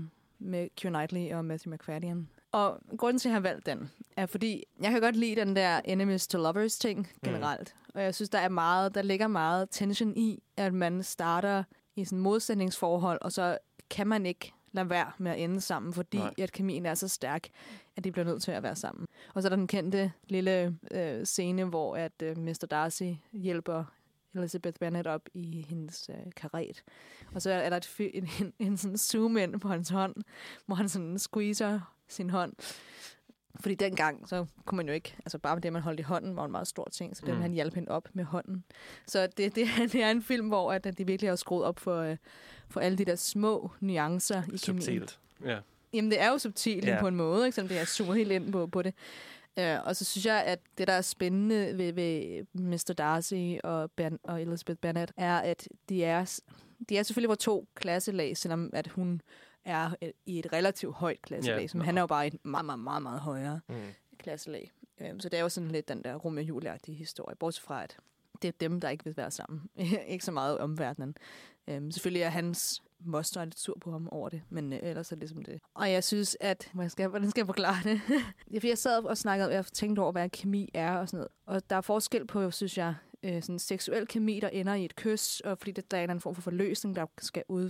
med Keira Knightley og Matthew McFadden. Og grunden til, at jeg har valgt den, er fordi, jeg kan godt lide den der enemies to lovers ting generelt. Mm. Og jeg synes, der er meget, der ligger meget tension i, at man starter i sådan et modsætningsforhold, og så kan man ikke lade være med at ende sammen, fordi Nej. at kemien er så stærk, at de bliver nødt til at være sammen. Og så er der den kendte lille øh, scene, hvor at øh, mister Darcy hjælper Elizabeth Bennet op i hendes øh, karet. Og så er der et, en, en, en sådan zoom ind på hans hånd, hvor han sådan squeezer sin hånd. Fordi dengang, så kunne man jo ikke, altså bare det, man holdt i hånden, var en meget stor ting, så det mm. han hjalp hende op med hånden. Så det, det, det er en film, hvor at, at de virkelig har skruet op for, uh, for alle de der små nuancer i kemien. Subtilt. Ja. Jamen, det er jo subtilt yeah. på en måde, ikke? Selvom det er zoomet helt ind på, på det. Uh, og så synes jeg, at det, der er spændende ved, ved mister Darcy og, ben, og Elizabeth Bennet, er, at de er, de er selvfølgelig på to klasselag, selvom at hun er i et relativt højt klasselag, yeah. som han er jo bare i et meget, meget, meget, meget højere mm. klasselag. Um, så det er jo sådan lidt den der Romeo og Julie-agtige historie, bortset fra, at det er dem, der ikke vil være sammen. Ikke så meget om verdenen. Um, selvfølgelig er hans moster lidt sur på ham over det, men uh, ellers er det ligesom det. Og jeg synes, at... Hvordan skal jeg, hvordan skal jeg forklare det? Fordi jeg sad og snakkede, jeg tænkte over, hvad kemi er og sådan noget. Og der er forskel på, synes jeg, uh, sådan seksuel kemi, der ender i et kys, og fordi det, der er en eller anden form for forløsning, der skal ud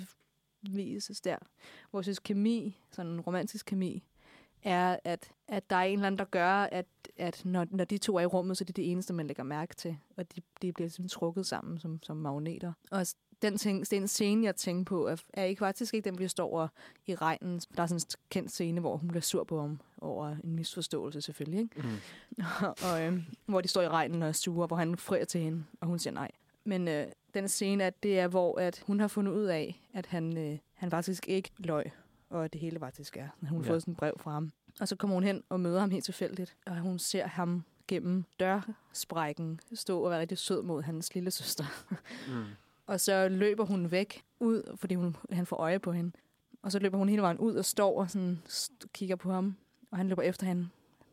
vises der. Hvor jeg synes, kemi, sådan en romantisk kemi, er, at, at der er en eller anden, der gør, at, at når, når de to er i rummet, så er det det eneste, man lægger mærke til. Og de, de bliver sådan trukket sammen som, som magneter. Og den, ting, den scene, jeg tænker på, er, er ikke faktisk ikke den, hvor de står i regnen. Der er sådan en kendt scene, hvor hun bliver sur på ham over en misforståelse selvfølgelig. Ikke? Mm. og øhm, hvor de står i regnen og er sure, hvor han frier til hende, og hun siger nej. Men øh, den scene, at det er, hvor at hun har fundet ud af, at han, øh, han faktisk ikke løg, og det hele faktisk er. Hun har ja. fået sådan et brev fra ham. Og så kommer hun hen og møder ham helt tilfældigt, og hun ser ham gennem dørsprækken stå og være rigtig sød mod hans lille søster. Mm. Og så løber hun væk ud, fordi hun, han får øje på hende. Og så løber hun hele vejen ud og står og sådan kigger på ham, og han løber efter hende.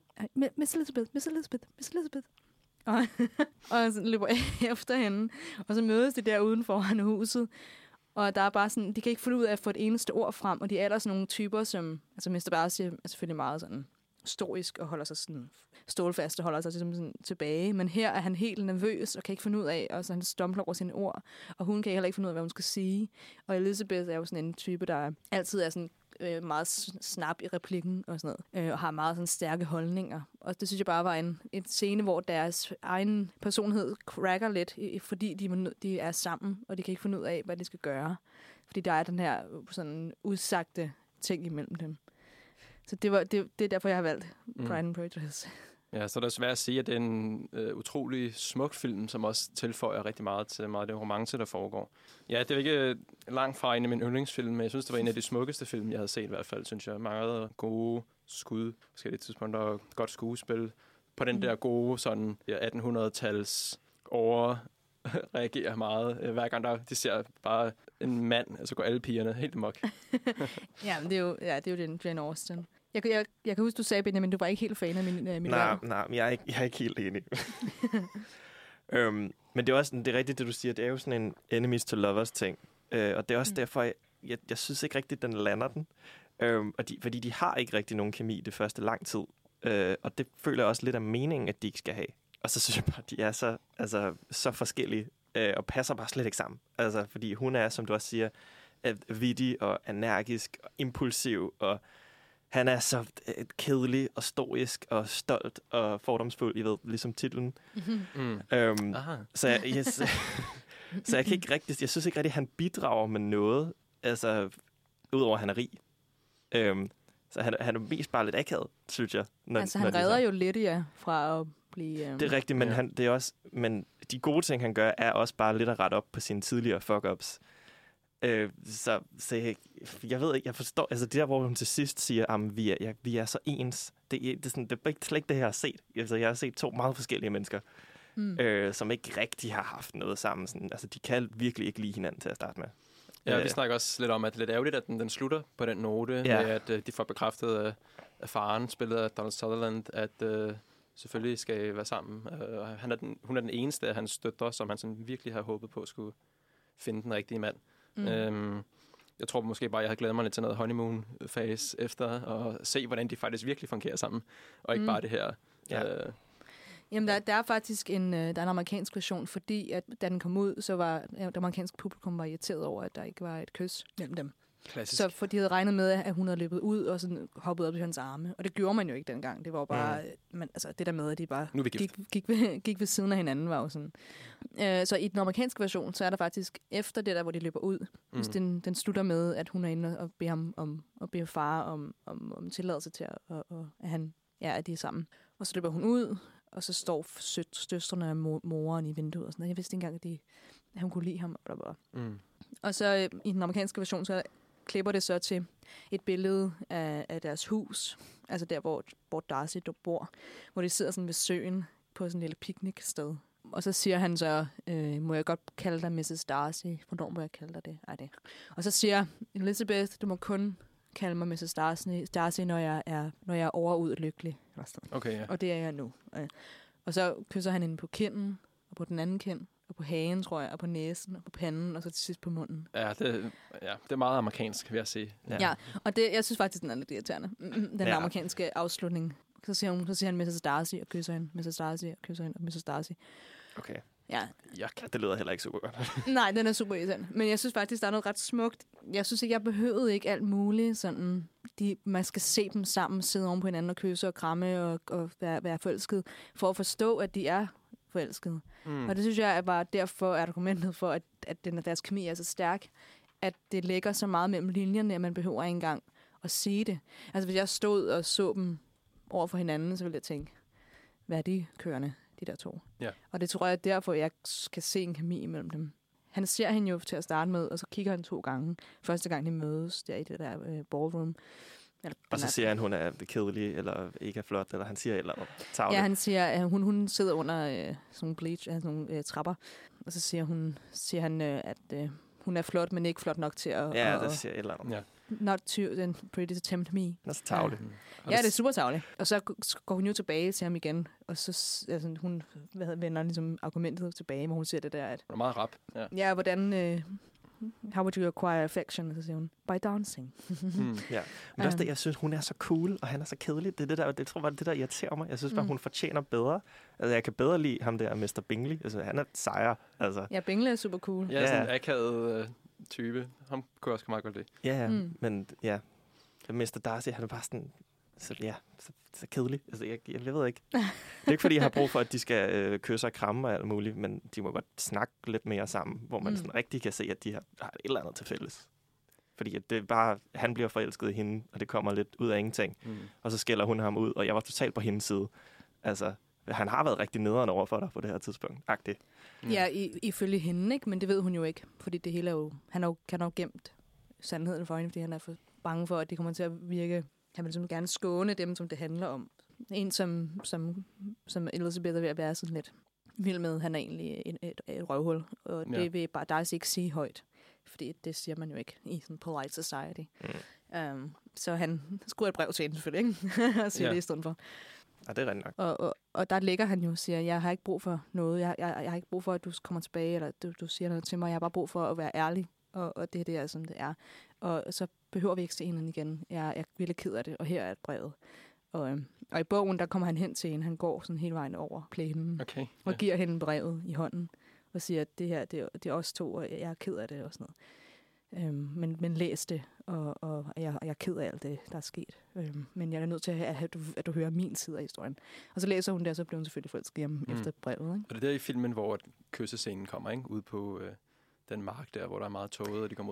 Miss Elizabeth, Miss Elizabeth, Miss Elizabeth. Og, og så løber efter hende. Og så mødes de der uden foran huset. Og der er bare sådan, de kan ikke få ud af at få et eneste ord frem. Og de er ellers nogle typer, som... Altså mister Darcy er selvfølgelig meget sådan stoisk og holder sig sådan stålfast og holder sig ligesom sådan tilbage. Men her er han helt nervøs og kan ikke finde ud af, og så han stompler over sine ord. Og hun kan heller ikke finde ud af, hvad hun skal sige. Og Elizabeth er jo sådan en type, der altid er sådan øh, meget snap i replikken og sådan noget. Øh, og har meget sådan stærke holdninger. Og det synes jeg bare var en, en scene, hvor deres egen personlighed cracker lidt, fordi de, de er sammen, og de kan ikke finde ud af, hvad de skal gøre. Fordi der er den her sådan udsagte ting imellem dem. Så det, var, det, det er derfor, jeg har valgt Pride mm. and Prejudice. Ja, så er det svært at sige, at det er en øh, utrolig smuk film, som også tilføjer rigtig meget til meget af det romance, der foregår. Ja, det er ikke langt fra en af mine yndlingsfilm, men jeg synes, det var en af de smukkeste film, jeg havde set i hvert fald, synes jeg. Meget gode skud, forskellige tidspunkter, og godt skuespil. På den mm. der gode sådan atten hundrede-tals over reagerer meget. Hver gang der, de ser bare en mand, altså går alle pigerne helt amok. ja, men det er jo, ja, det er jo den Jane Austen. Jeg, jeg, jeg kan huske, du sagde, Benjamin, du var ikke helt fan af min, uh, min Nej, nej, jeg er ikke, jeg er ikke helt enig. øhm, men det er også det er rigtigt, det du siger. Det er jo sådan en enemies to lovers ting. Øh, og det er også mm. derfor, jeg, jeg, jeg synes ikke rigtigt, den lander den. Øhm, og de, fordi de har ikke rigtig nogen kemi det første lang tid. Øh, og det føler jeg også lidt af meningen, at de ikke skal have. Og så synes jeg bare, at de er så, altså, så forskellige øh, og passer bare slet ikke sammen. Altså, fordi hun er, som du også siger, vittig og energisk og impulsiv, og han er så øh, kedelig og stoisk og stolt og fordomsfuld, I ved, ligesom titlen. Mm-hmm. Øhm, så, jeg, jeg, så, så jeg kan ikke rigtig, jeg synes ikke rigtig, at han bidrager med noget, altså, udover at han er rig. Øhm, så han, han er mest bare lidt akavet, synes jeg. Når, altså, han redder jo Lydia fra at blive... Um... Det er rigtigt, men, ja. han, det er også, men de gode ting, han gør, er også bare lidt at rette op på sine tidligere fuck-ups. Øh, så så jeg, jeg ved ikke, jeg forstår... Altså, det der, hvor hun til sidst siger, at vi er, ja, vi er så ens. Det, det, er sådan, det er slet ikke det, jeg har set. Altså, jeg har set to meget forskellige mennesker, mm. øh, som ikke rigtig har haft noget sammen. Sådan, altså, de kan virkelig ikke lide hinanden til at starte med. Ja, Øh. vi snakker også lidt om, at det er lidt ærgerligt, at den, den slutter på den note, Ja. med at øh, de får bekræftet af, af faren, spillet af Donald Sutherland, at øh, selvfølgelig skal være sammen. Øh, han er den, hun er den eneste af hans støtter, som han sådan virkelig har håbet på skulle finde den rigtige mand. Mm. Øhm, jeg tror måske bare, jeg har glædet mig lidt til noget honeymoon-phase efter, og se, hvordan de faktisk virkelig fungerer sammen, og ikke Mm. bare det her. Ja. Øh, Jamen, der, der er faktisk en, øh, der er en amerikansk version, fordi at, da den kom ud, så var ja, det amerikanske publikum var irriteret over, at der ikke var et kys mellem dem. klassisk. Så for de havde regnet med, at hun havde løbet ud og sådan hoppet op i hans arme. Og det gjorde man jo ikke dengang. Det var bare, mm. men, altså, det der med, at de bare Nu er vi gik, gik, ved, gik ved siden af hinanden, var jo sådan. Øh, så i den amerikanske version, så er der faktisk efter det der, hvor de løber ud, mm. den, den slutter med, at hun er inde og beder ham om, og beder far om, om, om tilladelse til, at, og, og, at han ja, at de er sammen. Og så løber hun ud, og så står sø- søstrene og mor- moren i vinduet og sådan noget. Jeg vidste ikke engang, at, de, at hun kunne lide ham. Bla bla. Mm. Og så øh, i den amerikanske version, så klipper det så til et billede af, af deres hus. Altså der, hvor, hvor Darcy bor. Hvor de sidder sådan ved søen på sådan en lille picnic-sted. Og så siger han så, øh, må jeg godt kalde dig missus Darcy? Hvornår må jeg kalde dig det? Ej, det. Og så siger Elizabeth, du må kun kalde mig missus Darcy, Darcy når, jeg er, når jeg er overud lykkelig. Okay, ja. Og det er jeg nu. Og så kysser han hende på kinden, og på den anden kind, og på hagen, tror jeg, og på næsen, og på panden, og så til sidst på munden. Ja, det, ja, det er meget amerikansk, vil jeg sige. Ja, ja og det, jeg synes faktisk, den er lidt irriterende. Den ja. amerikanske afslutning. Så siger, hun, så siger han missus Darcy, og kysser hende, missus Darcy, og kysser hende, og missus Darcy. Okay. Ja. ja. Det lyder heller ikke super godt. Nej, den er super irriterende. Men jeg synes faktisk, der er noget ret smukt. Jeg synes ikke, jeg behøvede ikke alt muligt. Sådan, de, man skal se dem sammen, sidde oven på hinanden og kysse og kramme og, og være, være forelsket, for at forstå, at de er forelskede. Mm. Og det synes jeg er bare derfor er argumentet for, at, at den, deres kemi er så stærk, at det ligger så meget mellem linjerne, at man behøver ikke engang at sige det. Altså hvis jeg stod og så dem over for hinanden, så ville jeg tænke, hvad er de kørende, de der to? Ja. Og det tror jeg er derfor, jeg kan se en kemi imellem dem. Han ser hende jo til at starte med, og så kigger han to gange. Første gang de mødes der i det der uh, ballroom. Eller, og så siger han, hun er kedelig, eller ikke er flot, eller han siger eller tavle. Ja, han siger, at hun, hun sidder under øh, sådan nogle bleach, altså nogle øh, trapper, og så siger, hun, siger han, øh, at øh, hun er flot, men ikke flot nok til at... Ja, og, det siger et eller andet. Ja. Not too then pretty to tempt me. Det er så tavle. Ja, ja det er super tavle. Og så går hun jo tilbage til ham igen, og så altså, hun hvad hedder, vender ligesom argumentet tilbage, hvor hun siger det der, at... Det er meget rap. Ja, ja hvordan... Øh, how would you acquire affection? Og så siger hun, by dancing. mm, ja. Men også det, jeg synes, hun er så cool, og han er så kedelig. Det er det der, det tror jeg, det der irriterer mig. Jeg synes bare, mm. hun fortjener bedre. Altså, jeg kan bedre lide ham der, mister Bingley. Altså, han er sejr. Altså. Ja, Bingley er super cool. Ja, sådan en akavet øh, type. Ham kunne jeg også meget godt lide. Ja, mm. men ja. mister Darcy, han er bare sådan... Så ja, så, så kedelig. Altså, jeg, jeg, jeg ved ikke. Det er ikke, fordi jeg har brug for, at de skal øh, kysse og kramme og alt muligt, men de må godt snakke lidt mere sammen, hvor man mm. sådan rigtig kan se, at de har, har et eller andet til fælles. Fordi at det er bare, han bliver forelsket i hende, og det kommer lidt ud af ingenting. Mm. Og så skælder hun ham ud, og jeg var totalt på hendes side. Altså, han har været rigtig nederen over for dig på det her tidspunkt. Agtigt. Mm. Ja, i, ifølge hende, ikke? Men det ved hun jo ikke, fordi det hele er jo... Han har jo, kan jo gemt sandheden for hende, fordi han er for bange for, at det kommer til at virke... Han vil ligesom gerne skåne dem, som det handler om. En, som, som, som Elizabeth er ved at være sådan lidt vild med, han er egentlig et, et, et røvhul. Og ja. Det vil bare Darcy ikke sige højt. Fordi det siger man jo ikke i sådan polite society. Mm. Um, så han skriver et brev til hende selvfølgelig, ikke? og siger ja. det i stedet for. Ja, det er rigtig nok. Og, og, og der ligger han jo og siger, jeg har ikke brug for noget. Jeg, jeg, jeg har ikke brug for, at du kommer tilbage, eller du, du siger noget til mig. Jeg har bare brug for at være ærlig. Og, og det er det, er, som det er. Og så behøver vi ikke se hinanden igen. Jeg, jeg er virkelig ked af det, og her er et brevet. Og, øhm, og i bogen, der kommer han hen til hende. Han går sådan hele vejen over plænen. Okay, og ja. giver hende brevet i hånden. Og siger, at det her, det er, det er os to, og jeg er ked af det og sådan noget. Øhm, men, men læs det, og, og jeg, jeg er ked af alt det, der er sket. Øhm, men jeg er nødt til, at, at, du, at du hører min side af historien. Og så læser hun det, og så bliver hun selvfølgelig forelsket hjemme mm. efter brevet. Ikke? Og det er der i filmen, hvor kyssescenen kommer, ikke? Ude på... Øh den mark der, hvor der er meget tåget, og de går mod hinanden.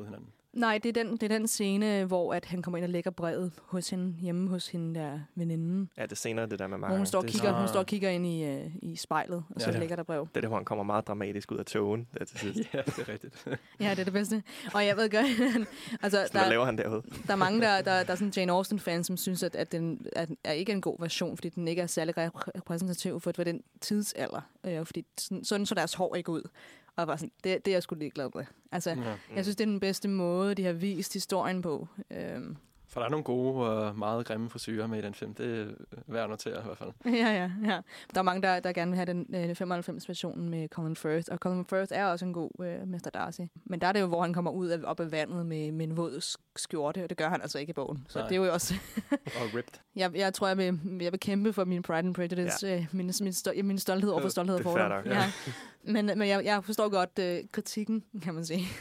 Nej, det er, den, det er den scene, hvor at han kommer ind og lægger brevet hos hende, hjemme hos hende der veninden. Ja, det er senere, det der med mig. Hun står, kigger, så... hun står og kigger ind i, uh, i spejlet, og så ja, lægger der brev. Det er det, hvor han kommer meget dramatisk ud af togen. Det er til sidst. Ja, det er rigtigt. Ja, det er det bedste. Og jeg ved godt, altså, så der, hvad laver han derude? Der er mange, der, der, der er sådan Jane Austen-fans, som synes, at, at den at, er ikke en god version, fordi den ikke er særlig repræsentativ for, for den tidsalder. Øh, fordi sådan, sådan så deres hår ikke ud. Og bare sådan, det, det er jeg sgu ligeglad med. Altså, ja. mm. jeg synes, det er den bedste måde, de har vist historien på. Øhm. For der er nogle gode og meget grimme frisyrer med i den film. Det er værd at notere i hvert fald. Ja, ja, ja. Der er mange, der, der gerne vil have den øh, femoghalvfems-versionen med Colin Firth. Og Colin Firth er også en god øh, mister Darcy. Men der er det jo, hvor han kommer ud af, op af vandet med, med en våd skjorte, og det gør han altså ikke i bogen. Så Nej. det er jo også... og ripped. Jeg, jeg tror, jeg vil, jeg vil kæmpe for min Pride and Prejudice. Ja. Øh, min, min, stol, min stolthed over for stolthed og fordom. Ja. Ja. Men, men jeg, jeg forstår godt øh, kritikken, kan man sige.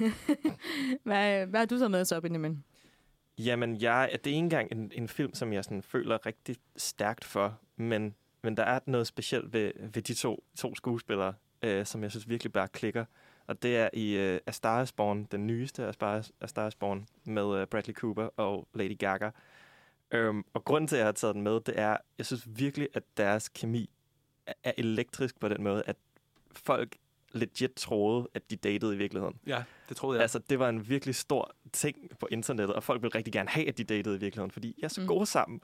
hvad, hvad har du så med så, Benjamin? Jamen, jeg, det er ikke engang en, en film, som jeg sådan føler rigtig stærkt for, men, men der er noget specielt ved, ved de to, to skuespillere, øh, som jeg synes virkelig bare klikker. Og det er i øh, A Star is Born, den nyeste A Star is Born, med øh, Bradley Cooper og Lady Gaga. Øhm, og grunden til, at jeg har taget den med, det er, jeg synes virkelig, at deres kemi er, er elektrisk på den måde, at folk legit troede, at de datede i virkeligheden. Ja, det troede jeg. Altså, det var en virkelig stor ting på internettet, og folk ville rigtig gerne have, at de datede i virkeligheden, fordi jeg er så mm. gode sammen.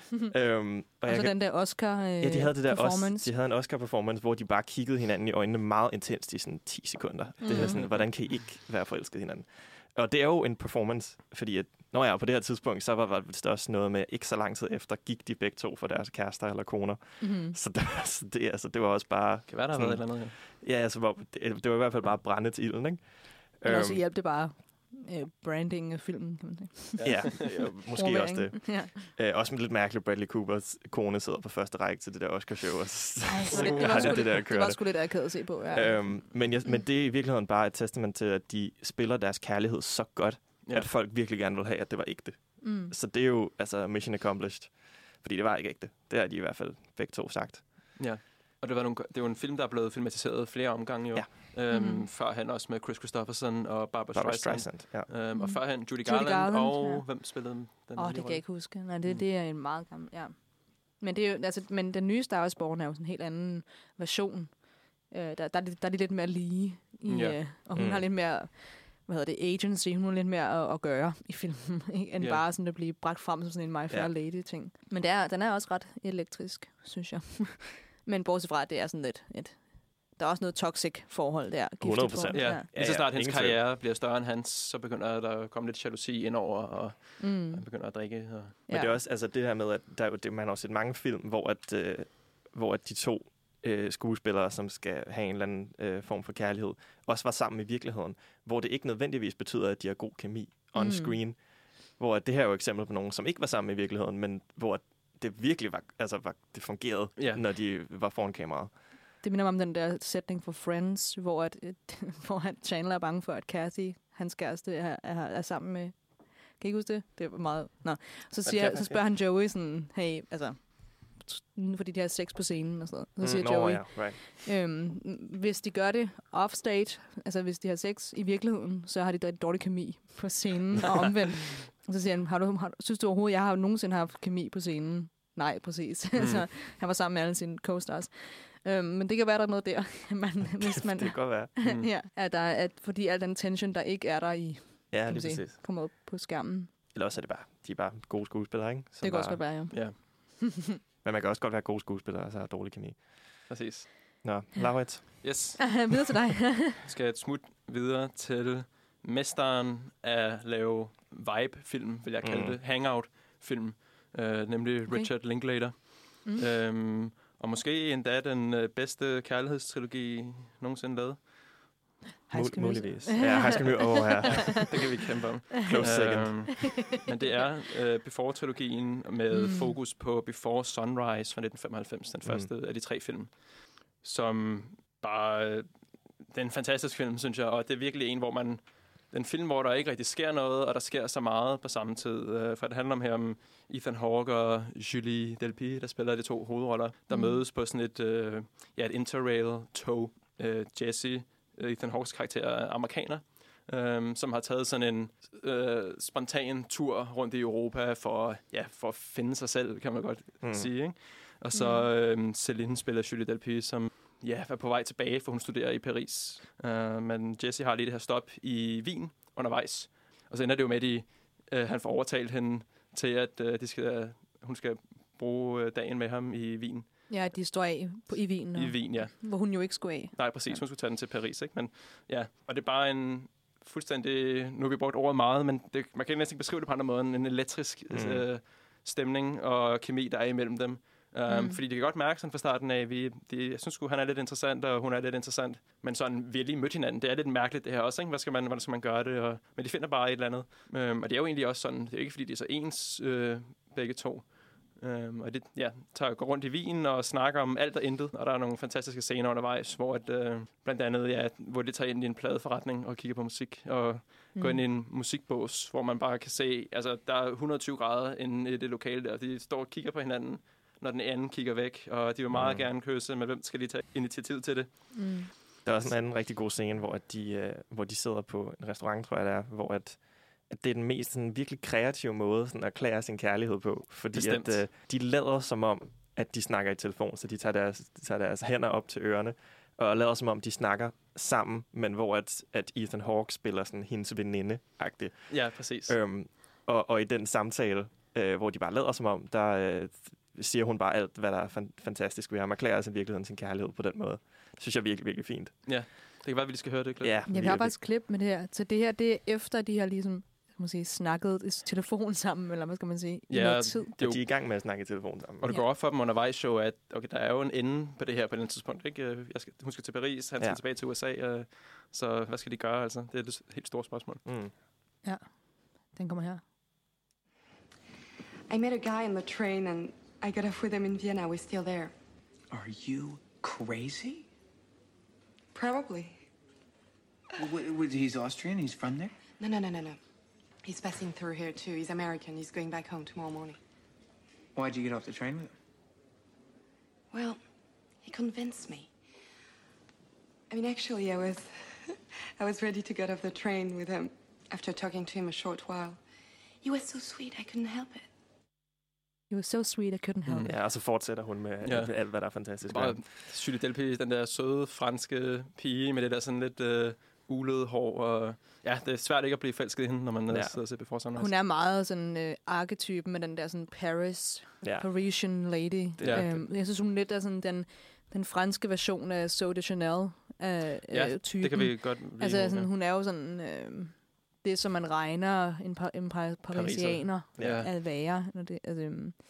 øhm, og og så kan... den der Oscar øh, ja, de havde det der performance. Også, de havde en Oscar-performance, hvor de bare kiggede hinanden i øjnene meget intenst i sådan ti sekunder. Mm. Det er sådan, hvordan kan I ikke være forelsket hinanden? Og det er jo en performance, fordi at, når jeg på det her tidspunkt, så var det også noget med, ikke så lang tid efter, gik de begge to for deres kærester eller koner. Mm-hmm. Så, det, så det, altså, det var også bare... Kan være, der har været et eller andet. Ja, altså, hvor, det, det var i hvert fald bare brænde til ilden, ikke? Men også hjælp det bare øh, branding af filmen, kan man sige. Ja, ja måske også det. Ja. Øh, også med lidt mærkeligt, Bradley Coopers kone sidder på første række til det der Oscar-show, og så Ej, det, det, var det, det, der det var sgu lidt akavet at se på, ja. Øhm, men, jeg, men det er i virkeligheden bare et testament til, at de spiller deres kærlighed så godt, ja. At folk virkelig gerne vil have, at det var ægte. Mm. Så det er jo altså mission accomplished. Fordi det var ikke ægte. Det har de i hvert fald begge to sagt. Ja, og det var, nogle, det var en film, der er blevet filmatiseret flere omgange jo. Ja. Øhm, mm. Førhen også med Chris Christopherson og Barbra, Barbra Streisand. Streisand ja. øhm, og mm. førhen Judy Garland, Judy Garland og ja. hvem spillede den? Åh, oh, det kan jeg ikke huske. Nej, det, mm. det er en meget gammel, ja. Men, det er jo, altså, men den nye Star Wars Born er jo sådan en helt anden version. Øh, der, der, der, der er de lidt mere lige. I, ja. øh, og hun mm. har lidt mere... hvad hedder det, agency, hun har lidt mere at, at gøre i filmen, ikke? End yeah. bare sådan at blive bragt frem som sådan en My Fair yeah. Lady-ting. Men det er, den er også ret elektrisk, synes jeg. Men bortset fra, at det er sådan lidt et... Der er også noget toxic forhold der. hundrede procent. Ja. Ja. Ja, så snart ja, hendes karriere bliver større end hans, så begynder der at komme lidt jalousi indover, og mm. han begynder at drikke. Og... Men ja. det er også altså det her med, at der, det, man har også set mange film, hvor, at, øh, hvor at de to øh, skuespillere, som skal have en eller anden øh, form for kærlighed, også var sammen i virkeligheden, hvor det ikke nødvendigvis betyder, at de har god kemi on mm. screen. Hvor det her er jo et eksempel på nogen, som ikke var sammen i virkeligheden, men hvor det virkelig var, altså var, det fungerede, yeah. når de var foran kameraet. Det minder mig om den der sætning for Friends, hvor, at, hvor at Chandler er bange for, at Kathy, hans kæreste, er, er, er sammen med... Kan I ikke huske det? Det var meget... Nå. Så, siger, så spørger han Joey sådan, hey, altså... fordi de har sex på scenen og sådan noget. Så siger mm, Joey, no, yeah, right. øhm, hvis de gør det offstage, altså hvis de har sex i virkeligheden, så har de en dårlig kemi på scenen og omvendt. Og så siger han, har du, har, synes du overhovedet, jeg har nogensinde haft kemi på scenen? Nej, præcis. Mm. Så han var sammen med alle sine co-stars. Øhm, men det kan være, der er noget der. man, hvis man, det kan godt være. Mm. ja, at der, at, fordi al den tension, der ikke er der i, ja, kan sige, kommer op på skærmen. Eller også er det bare, de er bare gode skuespillere, ikke? Som det kan bare, også godt være, ja. ja. Men man kan også godt være gode skuespillere, og så har dårlig kemi. Præcis. Nå, Laurits. Yes. Videre til dig. Skal jeg smut videre til mesteren af lave vibe-film, vil jeg kalde mm. det. Hangout-film. Øh, nemlig okay. Richard Linklater. Mm. Øhm, og måske endda den øh, bedste kærlighedstrilogi nogensinde lavet. Mul- muligvis. Ja, High School Musical. Oh, ja. Det kan vi kæmpe om. Close second. Men det er øh, Before-trilogien med mm. fokus på Before Sunrise fra nitten femoghalvfems, den første mm. af de tre film, som bare... Øh, det er en fantastisk film, synes jeg, og det er virkelig en, hvor man... Det er en film, hvor der ikke rigtig sker noget, og der sker så meget på samme tid. Øh, for det handler om her om Ethan Hawke og Julie Delpy, der spiller de to hovedroller, der mm. mødes på sådan et, øh, ja, et interrail-tog. Øh, Jesse, Ethan Hawkes karakter, er amerikaner, øhm, som har taget sådan en øh, spontan tur rundt i Europa for, ja, for at finde sig selv, kan man godt mm. sige. Ikke? Og så øhm, Céline spiller Julie Delpy, som ja, er på vej tilbage, for hun studerer i Paris. Uh, men Jesse har lige det her stop i Wien undervejs. Og så ender det jo med, at de, uh, han får overtalt hende til, at uh, de skal, hun skal bruge uh, dagen med ham i Wien. Ja, de står af på, i Wien. I Wien, ja. Hvor hun jo ikke skulle af. Nej, præcis. Hun skulle tage den til Paris, ikke? Men ja, og det er bare en fuldstændig... Nu har vi brugt ordet meget, men det, man kan næsten ikke beskrive det på andre måder. En elektrisk mm. uh, stemning og kemi, der er imellem dem. Um, mm. Fordi de kan godt mærke sådan fra starten af, vi, de, jeg synes sgu, han er lidt interessant, og hun er lidt interessant. Men sådan, vi har lige mødt hinanden. Det er lidt mærkeligt, det her også, ikke? Hvad skal man, hvordan skal man gøre det? Og, men de finder bare et eller andet. Um, og det er jo egentlig også sådan, det er ikke fordi, de er så ens, øh, begge to. Um, og det ja, tager, går rundt i Wien og snakker om alt og intet. Og der er nogle fantastiske scener undervejs, hvor at, øh, blandt andet, ja, hvor de tager ind i en pladeforretning og kigger på musik. Og mm. går ind i en musikbås, hvor man bare kan se, altså der er hundrede og tyve grader inde i det lokale der. De står og kigger på hinanden, når den anden kigger væk, og de vil meget mm. gerne kysse, men hvem skal lige tage initiativ til det? Mm. Der er også en anden rigtig god scene, hvor, at de, øh, hvor de sidder på en restaurant, tror jeg det er, hvor at, at det er den mest sådan, virkelig kreative måde sådan, at erklære sin kærlighed på. Fordi at, øh, de lader som om, at de snakker i telefon, så de tager deres, de tager deres hænder op til ørerne, og lader som om, de snakker sammen, men hvor at, at Ethan Hawke spiller sådan hendes veninde-agtigt. Ja, præcis. Øhm, og, og i den samtale, øh, hvor de bare lader som om, der... Øh, siger hun bare alt, hvad der er fan- fantastisk ved ham. Erklærer altså virkeligheden sin kærlighed på den måde. Det synes jeg er virkelig, virkelig fint. Ja, det kan være, at vi lige skal høre det klip. Ja, jeg har faktisk klip med det her. Så det her, det er efter, de har ligesom måske snakket i telefon sammen, eller hvad skal man sige, i ja, noget tid. Det er jo, de er i gang med at snakke i telefon sammen. Og det går op for dem undervejs show, at okay, der er jo en ende på det her på den tidspunkt. Ikke? Jeg skal, hun skal til Paris, han skal ja. tilbage til U S A, øh, så hvad skal de gøre? Altså? Det er et helt stort spørgsmål. Mm. Ja, den kommer her. I met a guy on the train, and I got off with him in Vienna. We're still there. Are you crazy? Probably. W- w- he's Austrian? He's from there? No, no, no, no, no. He's passing through here, too. He's American. He's going back home tomorrow morning. Why'd you get off the train with him? Well, he convinced me. I mean, actually, I was... I was ready to get off the train with him after talking to him a short while. He was so sweet, I couldn't help it. You were so sweet, I couldn't help mm. it. Ja, og så fortsætter hun med ja. alt, hvad der er fantastisk. Bare Julie Delpy, den der søde, franske pige med det der sådan lidt øh, ulede hår. Og, ja, det er svært ikke at blive forelsket i hende, når man ja. sidder og ser before sunrise. Hun er meget sådan øh, arketypen med den der sådan Paris, ja. Parisian lady. Ja. Øhm, jeg synes, hun lidt er sådan den, den franske version af Zooey Deschanel øh, ja, typen. det kan vi godt lide. Altså, sådan, hun er jo sådan... Øh, det, som man regner en, par, en par, parisianer ja. at være. Det, altså,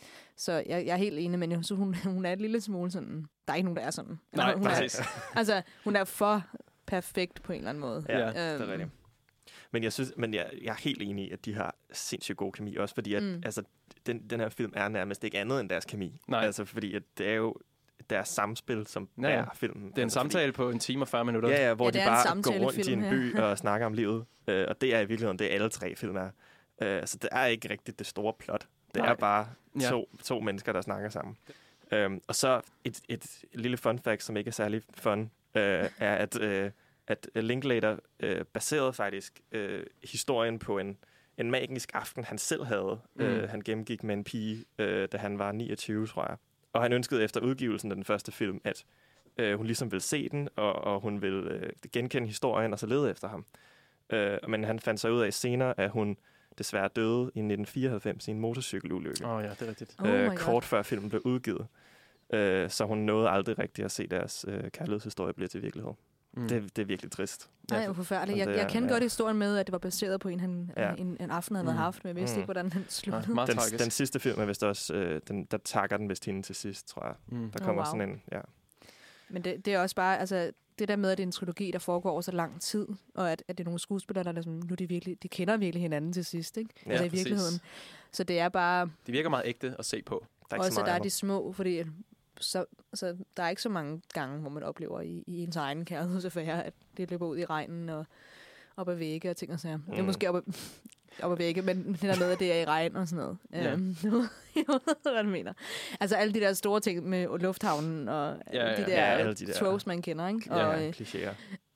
så jeg, jeg er helt enig, men jeg synes, hun, hun er et lille smule sådan... Der er ikke nogen, der er sådan. Nej, hun præcis. Er, altså, hun er for perfekt på en eller anden måde. Ja, øhm. det er rigtigt. Men jeg synes, men jeg, jeg er helt enig i, at de har sindssygt god kemi, også fordi at, mm. altså, den, den her film er nærmest ikke andet end deres kemi. Nej. Altså, fordi at det er jo deres samspil, som ja, ja. er filmen. Det er en altså, samtale fordi, på en time og fyrre minutter. Ja, ja, hvor ja, de bare går rundt i en by her. og snakker om livet. Uh, og det er i virkeligheden det, alle tre film er. Uh, så det er ikke rigtigt det store plot. Det Nej. er bare to, ja. to mennesker, der snakker sammen. Um, og så et, et lille fun fact, som ikke er særlig fun, uh, er, at, uh, at Linklater uh, baserede faktisk uh, historien på en, en magisk aften, han selv havde. Mm. Uh, han gennemgik med en pige, uh, da han var niogtyve, tror jeg. Og han ønskede efter udgivelsen af den første film, at øh, hun ligesom ville se den, og, og hun ville øh, genkende historien, og så lede efter ham. Øh, men han fandt sig ud af senere, at hun desværre døde i nitten fireoghalvfems i en motorcykelulykke. Åh oh, ja, det er rigtigt. Øh, oh kort før filmen blev udgivet. Øh, så hun nåede aldrig rigtigt at se deres øh, kærlighedshistorie blive til virkelighed. Mm. Det, det er virkelig trist. Nej, det er forfærdeligt. Jeg, jeg kendte ja. godt historien med, at det var baseret på en, han, ja. en, en aften, han havde mm. haft, men jeg vidste mm. ikke, hvordan den sluttede. Ja, den, den sidste film er vist også, øh, den, der takker den vist hende til sidst, tror jeg. Mm. Der kommer oh, wow. sådan en, ja. Men det, det er også bare, altså, det der med, at det er en trilogi, der foregår over så lang tid, og at, at det er nogle skuespillere, der ligesom, nu de virkelig, de kender virkelig hinanden til sidst, ikke? Ja, altså i virkeligheden. Så det er bare... Det virker meget ægte at se på. Der er også der er de små, fordi så, så der er ikke så mange gange, hvor man oplever i, i ens egen kærlighedsaffære, at det løber ud i regnen og op ad vægge og ting og sager. Mm. Det er måske op ad, op ad vægge, men det der med, at det er i regn og sådan noget. Ja. Um, jeg ved, hvad du mener. Altså alle de der store ting med lufthavnen og ja, ja. de der ja, de tropes, man kender, ikke? Ja, og, ja, klichéer.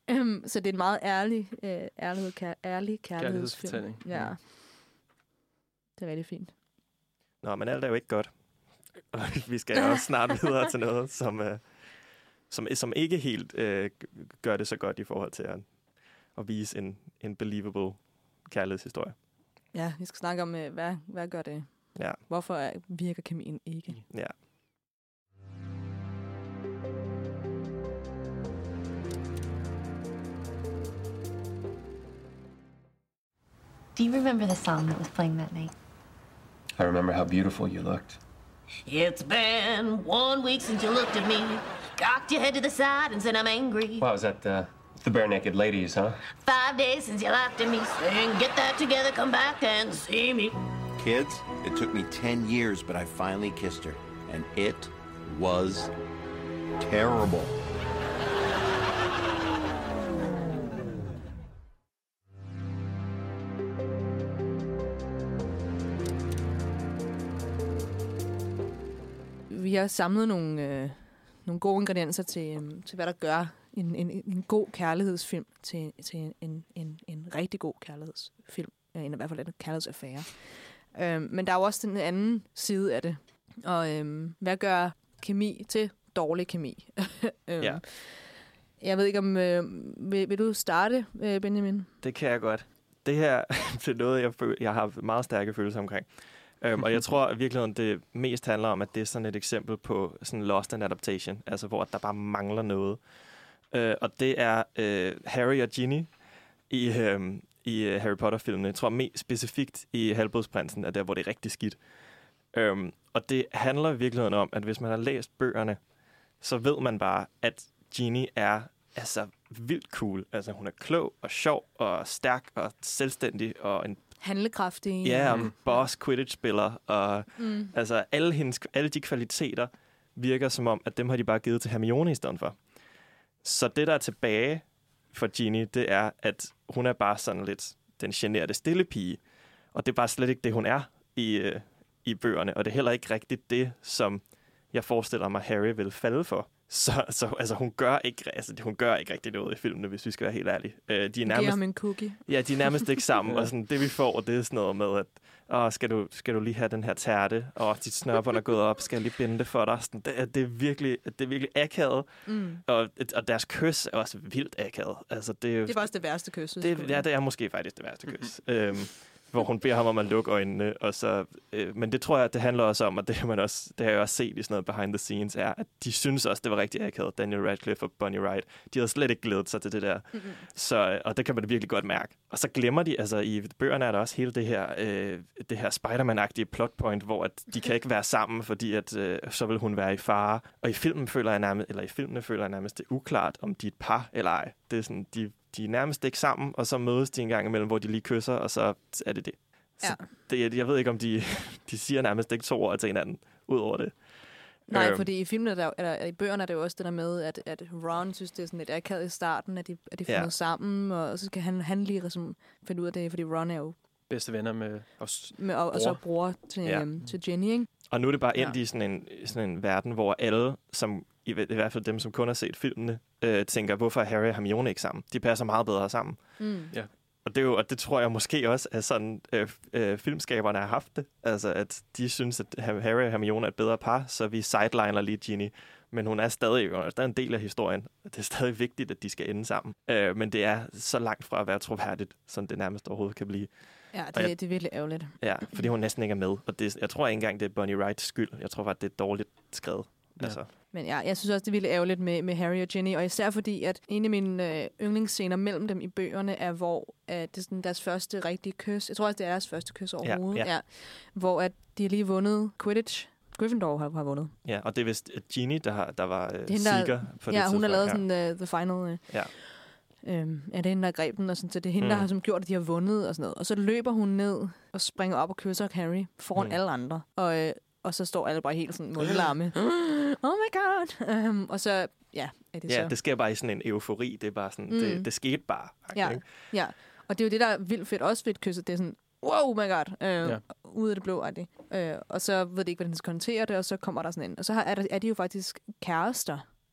Um, så det er en meget ærlig, øh, ærlighed, kær, ærlig kærlighedsfilm. Kærlighedsfortælling. Ja. Det er rigtig fint. Nå, men alt er jo ikke godt. Og vi skal også snart videre til noget, som, øh, som, som ikke helt øh, gør det så godt i forhold til at, at vise en, en believable kærlighedshistorie. Ja, vi skal snakke om, øh, hvad, hvad gør det? Ja. Hvorfor virker kemien ikke? Ja. Do you remember the song that was playing that night? I remember how beautiful you looked. It's been one week since you looked at me, cocked your head to the side and said I'm angry. Wow, was that the, the Bare Naked Ladies, huh? Five days since you laughed at me, saying get that together, come back and see me. Kids, it took me ten years, but I finally kissed her. And it was terrible. Vi har samlet nogle, øh, nogle gode ingredienser til, øh, til, hvad der gør en, en, en god kærlighedsfilm til, til en, en, en rigtig god kærlighedsfilm. En, I hvert fald en kærlighedsaffære. Øh, men der er jo også den anden side af det. Og øh, hvad gør kemi til dårlig kemi? øh, Ja. Jeg ved ikke, om... Øh, vil, vil du starte, øh, Benjamin? Det kan jeg godt. Det her det er noget, jeg, føler, jeg har meget stærke følelser omkring. Um, og jeg tror i virkeligheden, det mest handler om, at det er sådan et eksempel på sådan lost in adaptation, altså hvor der bare mangler noget. Uh, og det er uh, Harry og Ginny i, um, i uh, Harry Potter-filmene. Jeg tror mest specifikt i Halvblodsprinsen, er der, hvor det er rigtig skidt. Um, og det handler i virkeligheden om, at hvis man har læst bøgerne, så ved man bare, at Ginny er altså vildt cool. Altså hun er klog og sjov og stærk og selvstændig og en handlekraftig. ja, og boss Quidditch-spiller. Og Mm. altså alle, hendes, alle de kvaliteter virker som om, at dem har de bare givet til Hermione i stedet for. Så det, der er tilbage for Ginny, det er, at hun er bare sådan lidt den generede stille pige. Og det er bare slet ikke det, hun er i, øh, i bøgerne. Og det er heller ikke rigtigt det, som jeg forestiller mig, Harry vil falde for. Så, så altså, hun gør ikke, altså, hun gør ikke rigtig noget i filmene, hvis vi skal være helt ærlige. Øh, de er Giver nærmest, ham en cookie. ja, de er nærmest ikke sammen. Og sådan, det vi får, det er sådan noget med, at åh, skal, du, skal du lige have den her tærte? Og dit snørbånd er gået op, skal jeg lige binde det for dig? Sådan, det, er, det, er virkelig, det er virkelig akavet. Mm. Og, og deres kys er også vildt akavet. Altså, det, er jo, Det var også det værste kys. det, ja, det er måske faktisk det værste kys. øhm, hvor hun beder ham om at lukke øjnene. Og så, øh, men det tror jeg, det handler også om, og det har, man også, det har jeg også set i sådan noget behind the scenes, er, at de synes også, det var rigtig akavet, Daniel Radcliffe og Bonnie Wright. De havde slet ikke glædet sig til det der. Mm-hmm. Så, og det kan man virkelig godt mærke. Og så glemmer de, altså i bøgerne er der også hele det her, øh, det her Spider-Man-agtige plotpoint, hvor at de kan ikke være sammen, fordi at, øh, så vil hun være i fare. Og i filmen føler jeg nærmest, eller i filmene føler jeg nærmest, det er uklart, om de er et par eller ej. Det er sådan, de, de er nærmest ikke sammen, og så mødes de en gang imellem, hvor de lige kysser, og så er det det. Så Ja. det, jeg ved ikke, om de, de siger nærmest ikke to ord til hinanden, ud over det. Nej, Øhm, fordi i filmene, der, eller i bøgerne er det jo også det der med, at, at Ron synes, det er sådan lidt akavet i starten, at de, at de Ja. fundet sammen, og så skal han, han lige ligesom finde ud af det, fordi Ron er jo Bedste venner med os. med, og, og så bror til, Ja. ja. øhm, til Ginny, ikke? Og nu er det bare Ja. endt i sådan en, sådan en verden, hvor alle, som i, i hvert fald dem, som kun har set filmene, øh, tænker, hvorfor er Harry og Hermione ikke sammen? De passer meget bedre sammen. Mm. Ja. Og det, er jo, og det tror jeg måske også, at sådan, øh, øh, filmskaberne har haft det. Altså, at de synes, at Harry og Hermione er et bedre par, så vi sideliner lige Ginny. Men hun er stadig, hun er stadig en del af historien. Det er stadig vigtigt, at de skal ende sammen. Øh, men det er så langt fra at være troværdigt, som det nærmest overhovedet kan blive. Ja, Og det, jeg- det er virkelig ærgerligt. Ja, fordi hun næsten ikke er med. Og det, jeg tror ikke engang, det er Bonnie Wrights skyld. Jeg tror faktisk, det er dårligt skrevet. Ja. Altså. Men ja, jeg synes også, det er virkelig ærgerligt med, med Harry og Ginny, og især fordi, at en af mine øh, yndlingsscener mellem dem i bøgerne er, hvor øh, det er sådan deres første rigtige kys. Jeg tror også, det er deres første kys overhovedet. ja. Ja. Hvor at de har lige vundet Quidditch. Gryffindor har, har vundet. Ja, og det er vist Ginny, der, har, der var øh, Det er hende, der- seeker på det ja, hun har tidspunkt. lavet sådan uh, the final. Uh, Ja. øhm, ja, det er hende, der greb den, og sådan, så det er hende, mm. der Mm. har som gjort, at de har vundet og sådan noget. Og så løber hun ned og springer op og kysser Harry foran Mm. mm. alle andre. Og, øh, og så står alle bare helt sådan mundlarme. Oh my god! Um, og så, ja, er det Ja, så... det sker bare i sådan en eufori. Det er bare sådan, mm. Mm. det, det skete bare. Ja, ikke? ja, og det er jo det, der er vildt fedt også ved et kys, at det er sådan, wow, my god, øh, Ja. ude af det blå er det. Øh, og så ved de ikke, hvordan de skal håndtere det, og så kommer der sådan en. Og så har, er, der, er de jo faktisk kærester.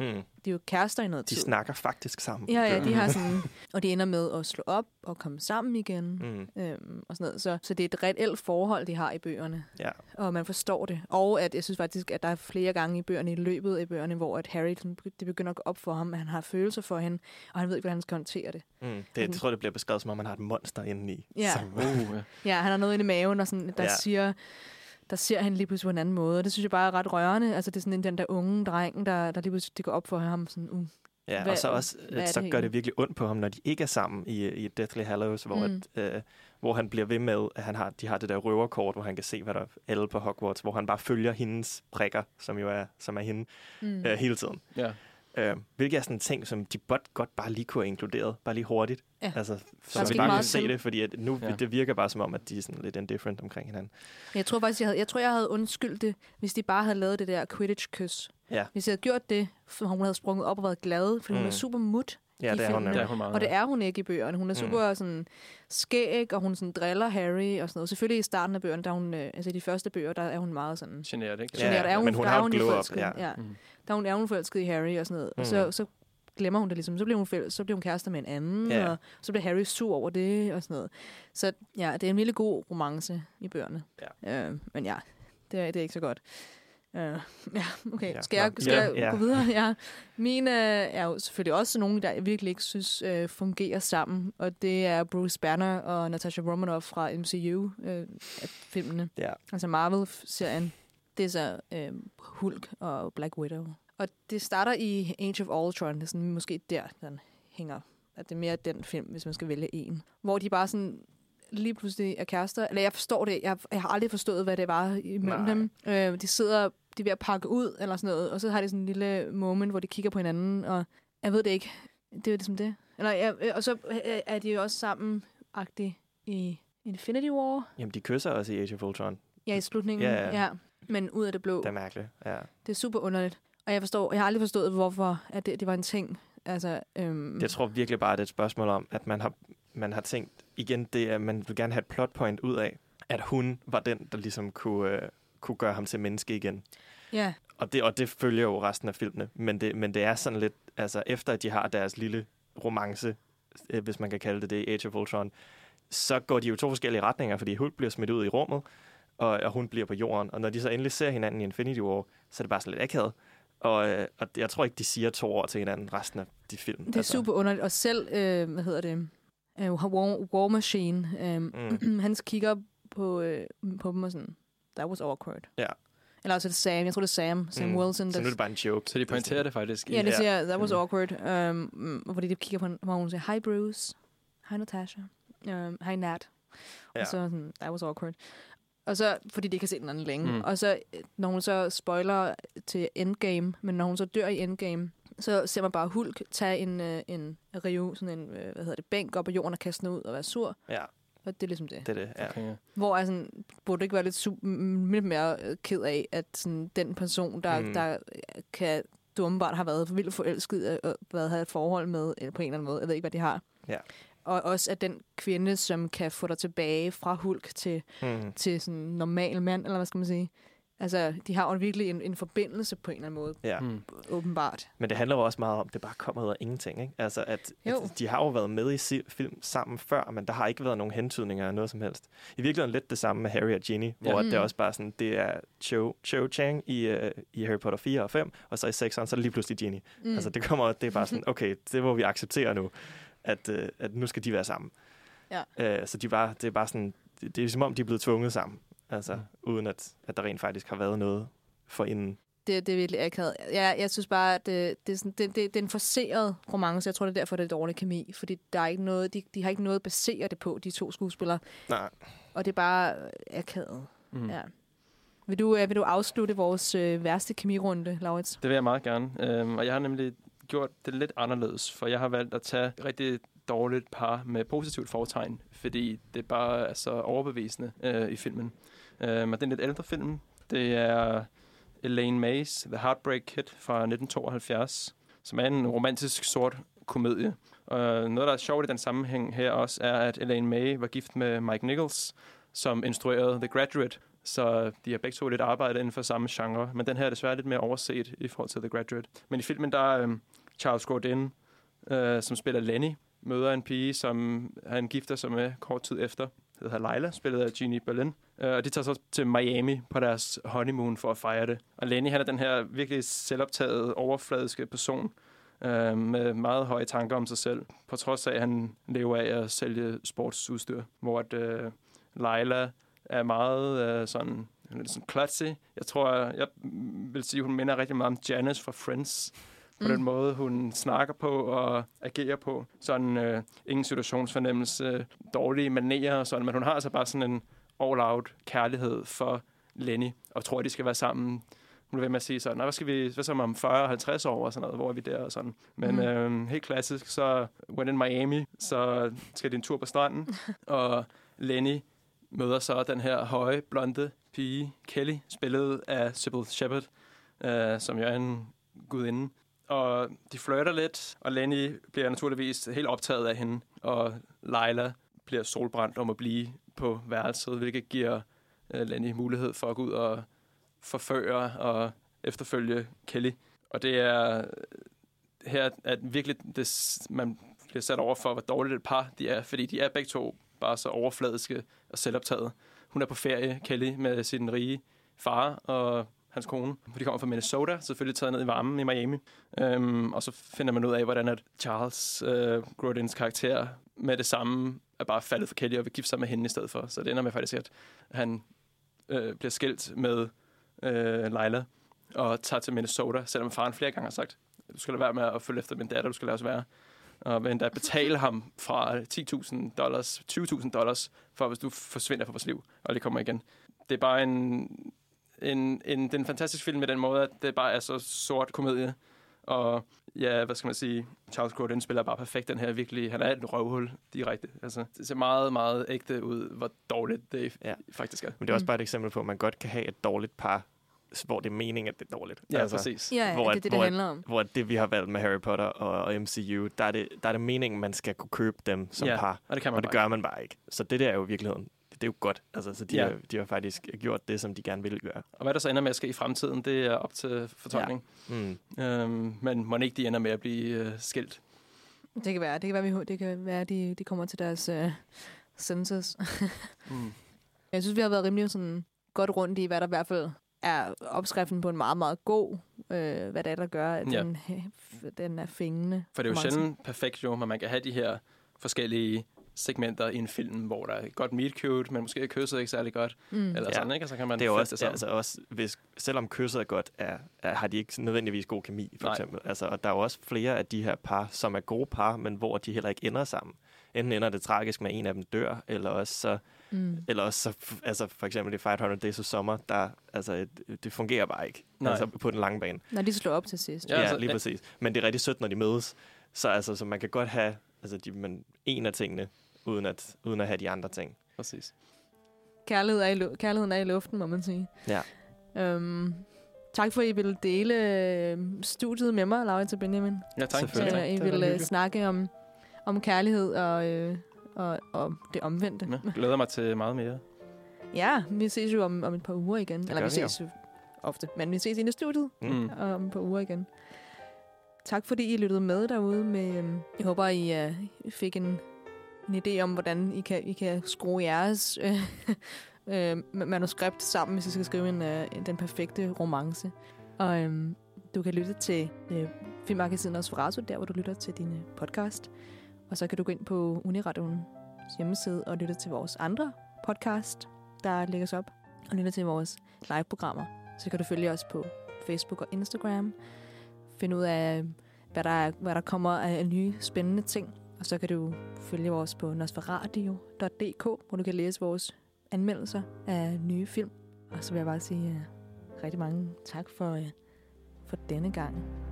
de er jo kærester i noget De tid. snakker faktisk sammen. Ja, ja, de har sådan, og de ender med at slå op og komme sammen igen, Mm. øhm, og sådan noget. Så, så det er et reelt forhold, de har i bøgerne, Ja. og man forstår det. Og at jeg synes faktisk, at der er flere gange i bøgerne, i løbet af bøgerne, hvor at Harry, sådan, det begynder at gå op for ham, at han har følelser for hende, og han ved ikke, hvordan han skal håndtere det. Mm. Det, jeg tror, det bliver beskrevet som om, man har et monster indeni. Ja. Som, uh, Ja, han har noget inde i maven, og sådan, der Ja. siger... der ser han lige pludselig på en anden måde, og det synes jeg bare er ret rørende. Altså, det er sådan en, den der unge dreng, der, der lige pludselig det går op for ham. Sådan, uh, Ja, hvad, og så også, hvad er så det gør egentlig? det virkelig ondt på ham, når de ikke er sammen i, i Deathly Hallows, hvor, Mm. at, øh, hvor han bliver ved med, at han har, de har det der røverkort, hvor han kan se, hvad der er alle på Hogwarts, hvor han bare følger hendes prikker, som jo er, som er hende, Mm. øh, hele tiden. Ja. Øh, hvilket er sådan en ting, som de godt, godt bare lige kunne have inkluderet, bare lige hurtigt. Ja. Altså, Der så er vi sket bare meget kan se til. det, fordi at nu, Ja. ja. det virker bare som om, at de er sådan lidt indifferent omkring hinanden. Jeg tror faktisk, jeg, havde, jeg tror, jeg havde undskyldt det, hvis de bare havde lavet det der Quidditch-kys. Ja. Hvis jeg havde gjort det, for hun havde sprunget op og været glad, for mm. hun Mm. er super mut Ja, i det er hun filmene. nemlig. Det er hun meget, Og det ja. er hun ikke i bøgerne. Hun er super mm. sådan skæg, og hun sådan driller Harry og sådan noget. Selvfølgelig i starten af bøgerne, der er hun, øh, altså i de første bøger, der er hun meget sådan... Generet, ikke? Generet. Ja, er hun, men hun der har er jo hun jo glow up, forelsket. ja. ja. Mm. Der er hun, er hun forelsket i Harry og sådan noget. Mm. Og så, så glemmer hun det ligesom. Så bliver hun, fæl- så bliver hun kærester med en anden, Ja. og så bliver Harry sur over det og sådan noget. Så ja, det er en virkelig god romance i bøgerne. Ja. Øh, men ja, det er, det er ikke så godt. Uh, ja, okay. Ja. Skal jeg, Nå, skal ja, jeg ja. gå videre? Ja. Mine er jo selvfølgelig også nogle, der jeg virkelig ikke synes uh, fungerer sammen. Og det er Bruce Banner og Natasha Romanoff fra M C U uh, af filmene. Ja. Altså Marvel-serien. Det er så uh, Hulk og Black Widow. Og det starter i Age of Ultron. Det er sådan måske der, den hænger. At det er mere den film, hvis man skal vælge en. Hvor de bare sådan lige pludselig er kærester. Eller jeg forstår det. Jeg, jeg har aldrig forstået, hvad det var imellem Nej. dem. Øh, de sidder, de er ved at pakke ud, eller sådan noget. Og så har de sådan en lille moment, hvor de kigger på hinanden. Og jeg ved det ikke. Det er jo ligesom det. Eller, ja, og så er de jo også sammen-agtige i Infinity War. Jamen, de kysser også i Age of Ultron. Ja, i slutningen. Ja, ja. ja. Men ud af det blå. Det er mærkeligt, ja. Det er super underligt. Og jeg forstår, jeg har aldrig forstået, hvorfor at det, det var en ting. Altså, øhm, Jeg tror virkelig bare, at det er et spørgsmål om, at man har, man har tænkt, igen, det er, man vil gerne have et plotpoint ud af, at hun var den, der ligesom kunne, øh, kunne gøre ham til menneske igen. ja. Og det, og det følger jo resten af filmene. Men det, men det er sådan lidt, altså efter at de har deres lille romance, øh, hvis man kan kalde det det, Age of Ultron, så går de jo to forskellige retninger, fordi Hulk bliver smidt ud i rummet, og, og hun bliver på jorden. Og når de så endelig ser hinanden i Infinity War, så er det bare sådan lidt akavet. Og, øh, og jeg tror ikke, de siger to ord til hinanden resten af de film. Det er super underligt. Og selv, øh, hvad hedder det, øh, War, War Machine, øh, mm. han kigger på, øh, på dem og sådan, that was awkward. Ja. Eller også er det Sam, jeg tror det er Sam, Sam Mm. Wilson. Så nu er det bare en joke. Så de pointerer det faktisk. Ja, det siger, that was Mm. awkward. Um, fordi de kigger på hende, hvor hun siger, hi Bruce, hi Natasha, um, hi Nat. Ja. Og så sådan, that was awkward. Og så, fordi de ikke har set den anden længe. Mm. Og så, når hun så spoiler til Endgame, men når hun så dør i Endgame, så ser man bare Hulk tage en, øh, en rive, sådan en, øh, hvad hedder det, bænk op af jorden og kaste den ud og være sur. Ja. Og det er ligesom det. Det er det, ja. Okay, ja. Hvor er sådan, burde du ikke være lidt, su- m- lidt mere øh, ked af, at sådan, den person, der, Mm. mm. der kan dummebart have været vildt forelsket og været have et forhold med, eller på en eller anden måde, jeg ved ikke, hvad de har. Ja. Og også at den kvinde, som kan få dig tilbage fra Hulk til, Mm. til sådan en normal mand, eller hvad skal man sige. Altså, de har jo virkelig en, en forbindelse på en eller anden måde. Ja. Mm. Åbenbart. Men det handler jo også meget om, at det bare kommer ud af ingenting, ikke? Altså, at, Jo. at de har jo været med i si- film sammen før, men der har ikke været nogen hentydninger af noget som helst. I virkeligheden lidt det samme med Harry og Ginny, hvor Ja. at det er Mm. også bare sådan, det er Cho, Cho Chang i, uh, i Harry Potter fire og fem, og så i sekseren, så er det lige pludselig Ginny. Mm. Altså, det kommer, det er bare sådan, okay, det må vi acceptere nu, at, uh, at nu skal de være sammen. Ja. Uh, så de bare, det er bare sådan, det, det er som om, de er blevet tvunget sammen, altså, Mm. uden at, at der rent faktisk har været noget for inden. Det, det er virkelig akavet. Jeg, jeg synes bare, at det, det, er sådan, det, det, det er en forseret romance. Jeg tror, det er derfor, det er dårlig kemi. Fordi der er ikke noget, de, de har ikke noget at basere det på, de to skuespillere. Nej. Og det er bare akavet. Mm. Ja. Vil du, øh, vil du afslutte vores øh, værste kemirunde, Laurits? Det vil jeg meget gerne. Øhm, og jeg har nemlig gjort det lidt anderledes, for jeg har valgt at tage rigtig dårligt par med positivt fortegn, fordi det bare er så overbevisende øh, i filmen. Øhm, og det er en lidt ældre film. Det er Elaine May's The Heartbreak Kid fra nitten tooghalvfjerds, som er en romantisk sort komedie. Og noget, der er sjovt i den sammenhæng her også, er, at Elaine May var gift med Mike Nichols, som instruerede The Graduate, Så de har begge to lidt arbejdet inden for samme genre. Men den her er desværre lidt mere overset i forhold til The Graduate. Men i filmen, der er um, Charles Grodin, uh, som spiller Lenny, møder en pige, som han gifter sig med kort tid efter. Det hedder Leila, spillet af Jeannie Berlin. Uh, og de tager så til Miami på deres honeymoon for at fejre det. Og Lenny, han er den her virkelig selvoptaget, overfladiske person, uh, med meget høje tanker om sig selv. På trods af, at han lever af at sælge sportsudstyr. Hvor at, uh, Leila er meget uh, sådan, sådan klutzy. Jeg tror, jeg vil sige, hun minder rigtig meget om Janice fra Friends. På mm. den måde, hun snakker på og agerer på. Sådan øh, ingen situationsfornemmelse, dårlige manerer og sådan. Men hun har altså bare sådan en all-out kærlighed for Lenny. Og tror, at de skal være sammen. Hun er ved med at sige sådan, hvad skal vi, hvad så om fyrre halvtreds år og sådan noget, hvor er vi der og sådan. Men mm. øh, helt klassisk, så when in Miami, så skal de en tur på stranden. Og Lenny møder så den her høje, blonde pige, Kelly, spillet af Sybil Shepherd, øh, som jo er en gudinde. Og de flirter lidt, og Lenny bliver naturligvis helt optaget af hende, og Leila bliver solbrændt om at blive på værelset, hvilket giver uh, Lenny mulighed for at gå ud og forføre og efterfølge Kelly. Og det er her, at virkelig det, man bliver sat over for, hvor dårligt et par de er, fordi de er begge to bare så overfladiske og selvoptaget. Hun er på ferie, Kelly, med sin rige far og hans kone. De kommer fra Minnesota, selvfølgelig taget ned i varmen i Miami. Øhm, og så finder man ud af, hvordan at Charles øh, Grodins karakter med det samme er bare faldet for Kelly og vil gifte sig med hende i stedet for. Så det ender med faktisk, at han øh, bliver skilt med øh, Leila og tager til Minnesota, selvom faren flere gange har sagt, du skal lade være med at følge efter min datter, du skal lade os være. Og vil endda betale ham fra ti tusind dollars, tyve tusind dollars, for hvis du forsvinder fra vores liv, og det kommer igen. Det er bare en... En, en, det er en fantastisk film med den måde, at det bare er så sort komedie. Og ja, hvad skal man sige, Charles Grodin spiller bare perfekt den her virkelig. Han er et røvhul direkte. Altså, det ser meget, meget ægte ud, hvor dårligt det ja. faktisk er. Men det er også bare et eksempel på, at man godt kan have et dårligt par, hvor det er meningen, at det er dårligt. Ja, altså, præcis. Ja, ja, hvor, det er det, det hvor, handler om. Hvor det, vi har valgt med Harry Potter og, og M C U, der er, det, der er det meningen, man skal kunne købe dem som ja, par. Og det, kan man og det gør man bare ikke. Så det der er jo virkeligheden. Det er jo godt. Altså, så de, ja. har, de har faktisk gjort det, som de gerne ville gøre. Og hvad der så ender med at ske i fremtiden, det er op til fortolkning. Ja. Mm. Øhm, men må ikke de ender med at blive uh, skilt? Det kan være. Det kan være, vi, det kan være de, de kommer til deres uh, senses. mm. Jeg synes, vi har været rimelig sådan godt rundt i, hvad der i hvert fald er opskriften på en meget, meget god, øh, hvad det er, der gør, at ja. den, den er fængende. For det er jo sjældent perfekt, jo, men man kan have de her forskellige segmenter i en film, hvor der er godt meet cute, men måske kysset ikke særlig godt. Mm. Eller sådan, ja. ikke? Og så kan man det er også, det altså også hvis, selvom kysset er godt, er, er, har de ikke nødvendigvis god kemi, for Nej. eksempel. Altså, og der er jo også flere af de her par, som er gode par, men hvor de heller ikke ender sammen. Enten ender det tragisk med, at en af dem dør, eller også så, mm. eller også så altså for eksempel i five hundred Days of Summer, der, altså, det fungerer bare ikke altså, på den lange bane. Når de slår op til sidst. Ja, altså, lige præcis. Men det er rigtig sødt, når de mødes. Så, altså, så man kan godt have altså, de, man, en af tingene, uden at, uden at have de andre ting. Præcis. Kærlighed er i, kærligheden er i luften, må man sige. Ja. Øhm, tak for, at I ville dele studiet med mig, Laura til Benjamin. Ja, tak. Så I ville snakke om, om kærlighed og, øh, og, og det omvendte. Ja, glæder mig til meget mere. Ja, vi ses jo om, om et par uger igen. Det Eller vi ses jo ofte, men vi ses inde i studiet mm. om et par uger igen. Tak fordi I lyttede med derude. Med, øh, jeg håber, I uh, fik en en idé om, hvordan I kan, I kan skrue jeres øh, øh, manuskript sammen, hvis I skal skrive en, øh, den perfekte romance. Og øh, du kan lytte til øh, Filmmagasinet Nosferatu, der hvor du lytter til din øh, podcast. Og så kan du gå ind på Uniradioens hjemmeside og lytte til vores andre podcast, der lægges op. Og lytte til vores live-programmer. Så kan du følge os på Facebook og Instagram. Finde ud af, hvad der, er, hvad der kommer af nye spændende ting. Og så kan du følge os på nosferadio punktum d k, hvor du kan læse vores anmeldelser af nye film. Og så vil jeg bare sige uh, rigtig mange tak for, uh, for denne gang.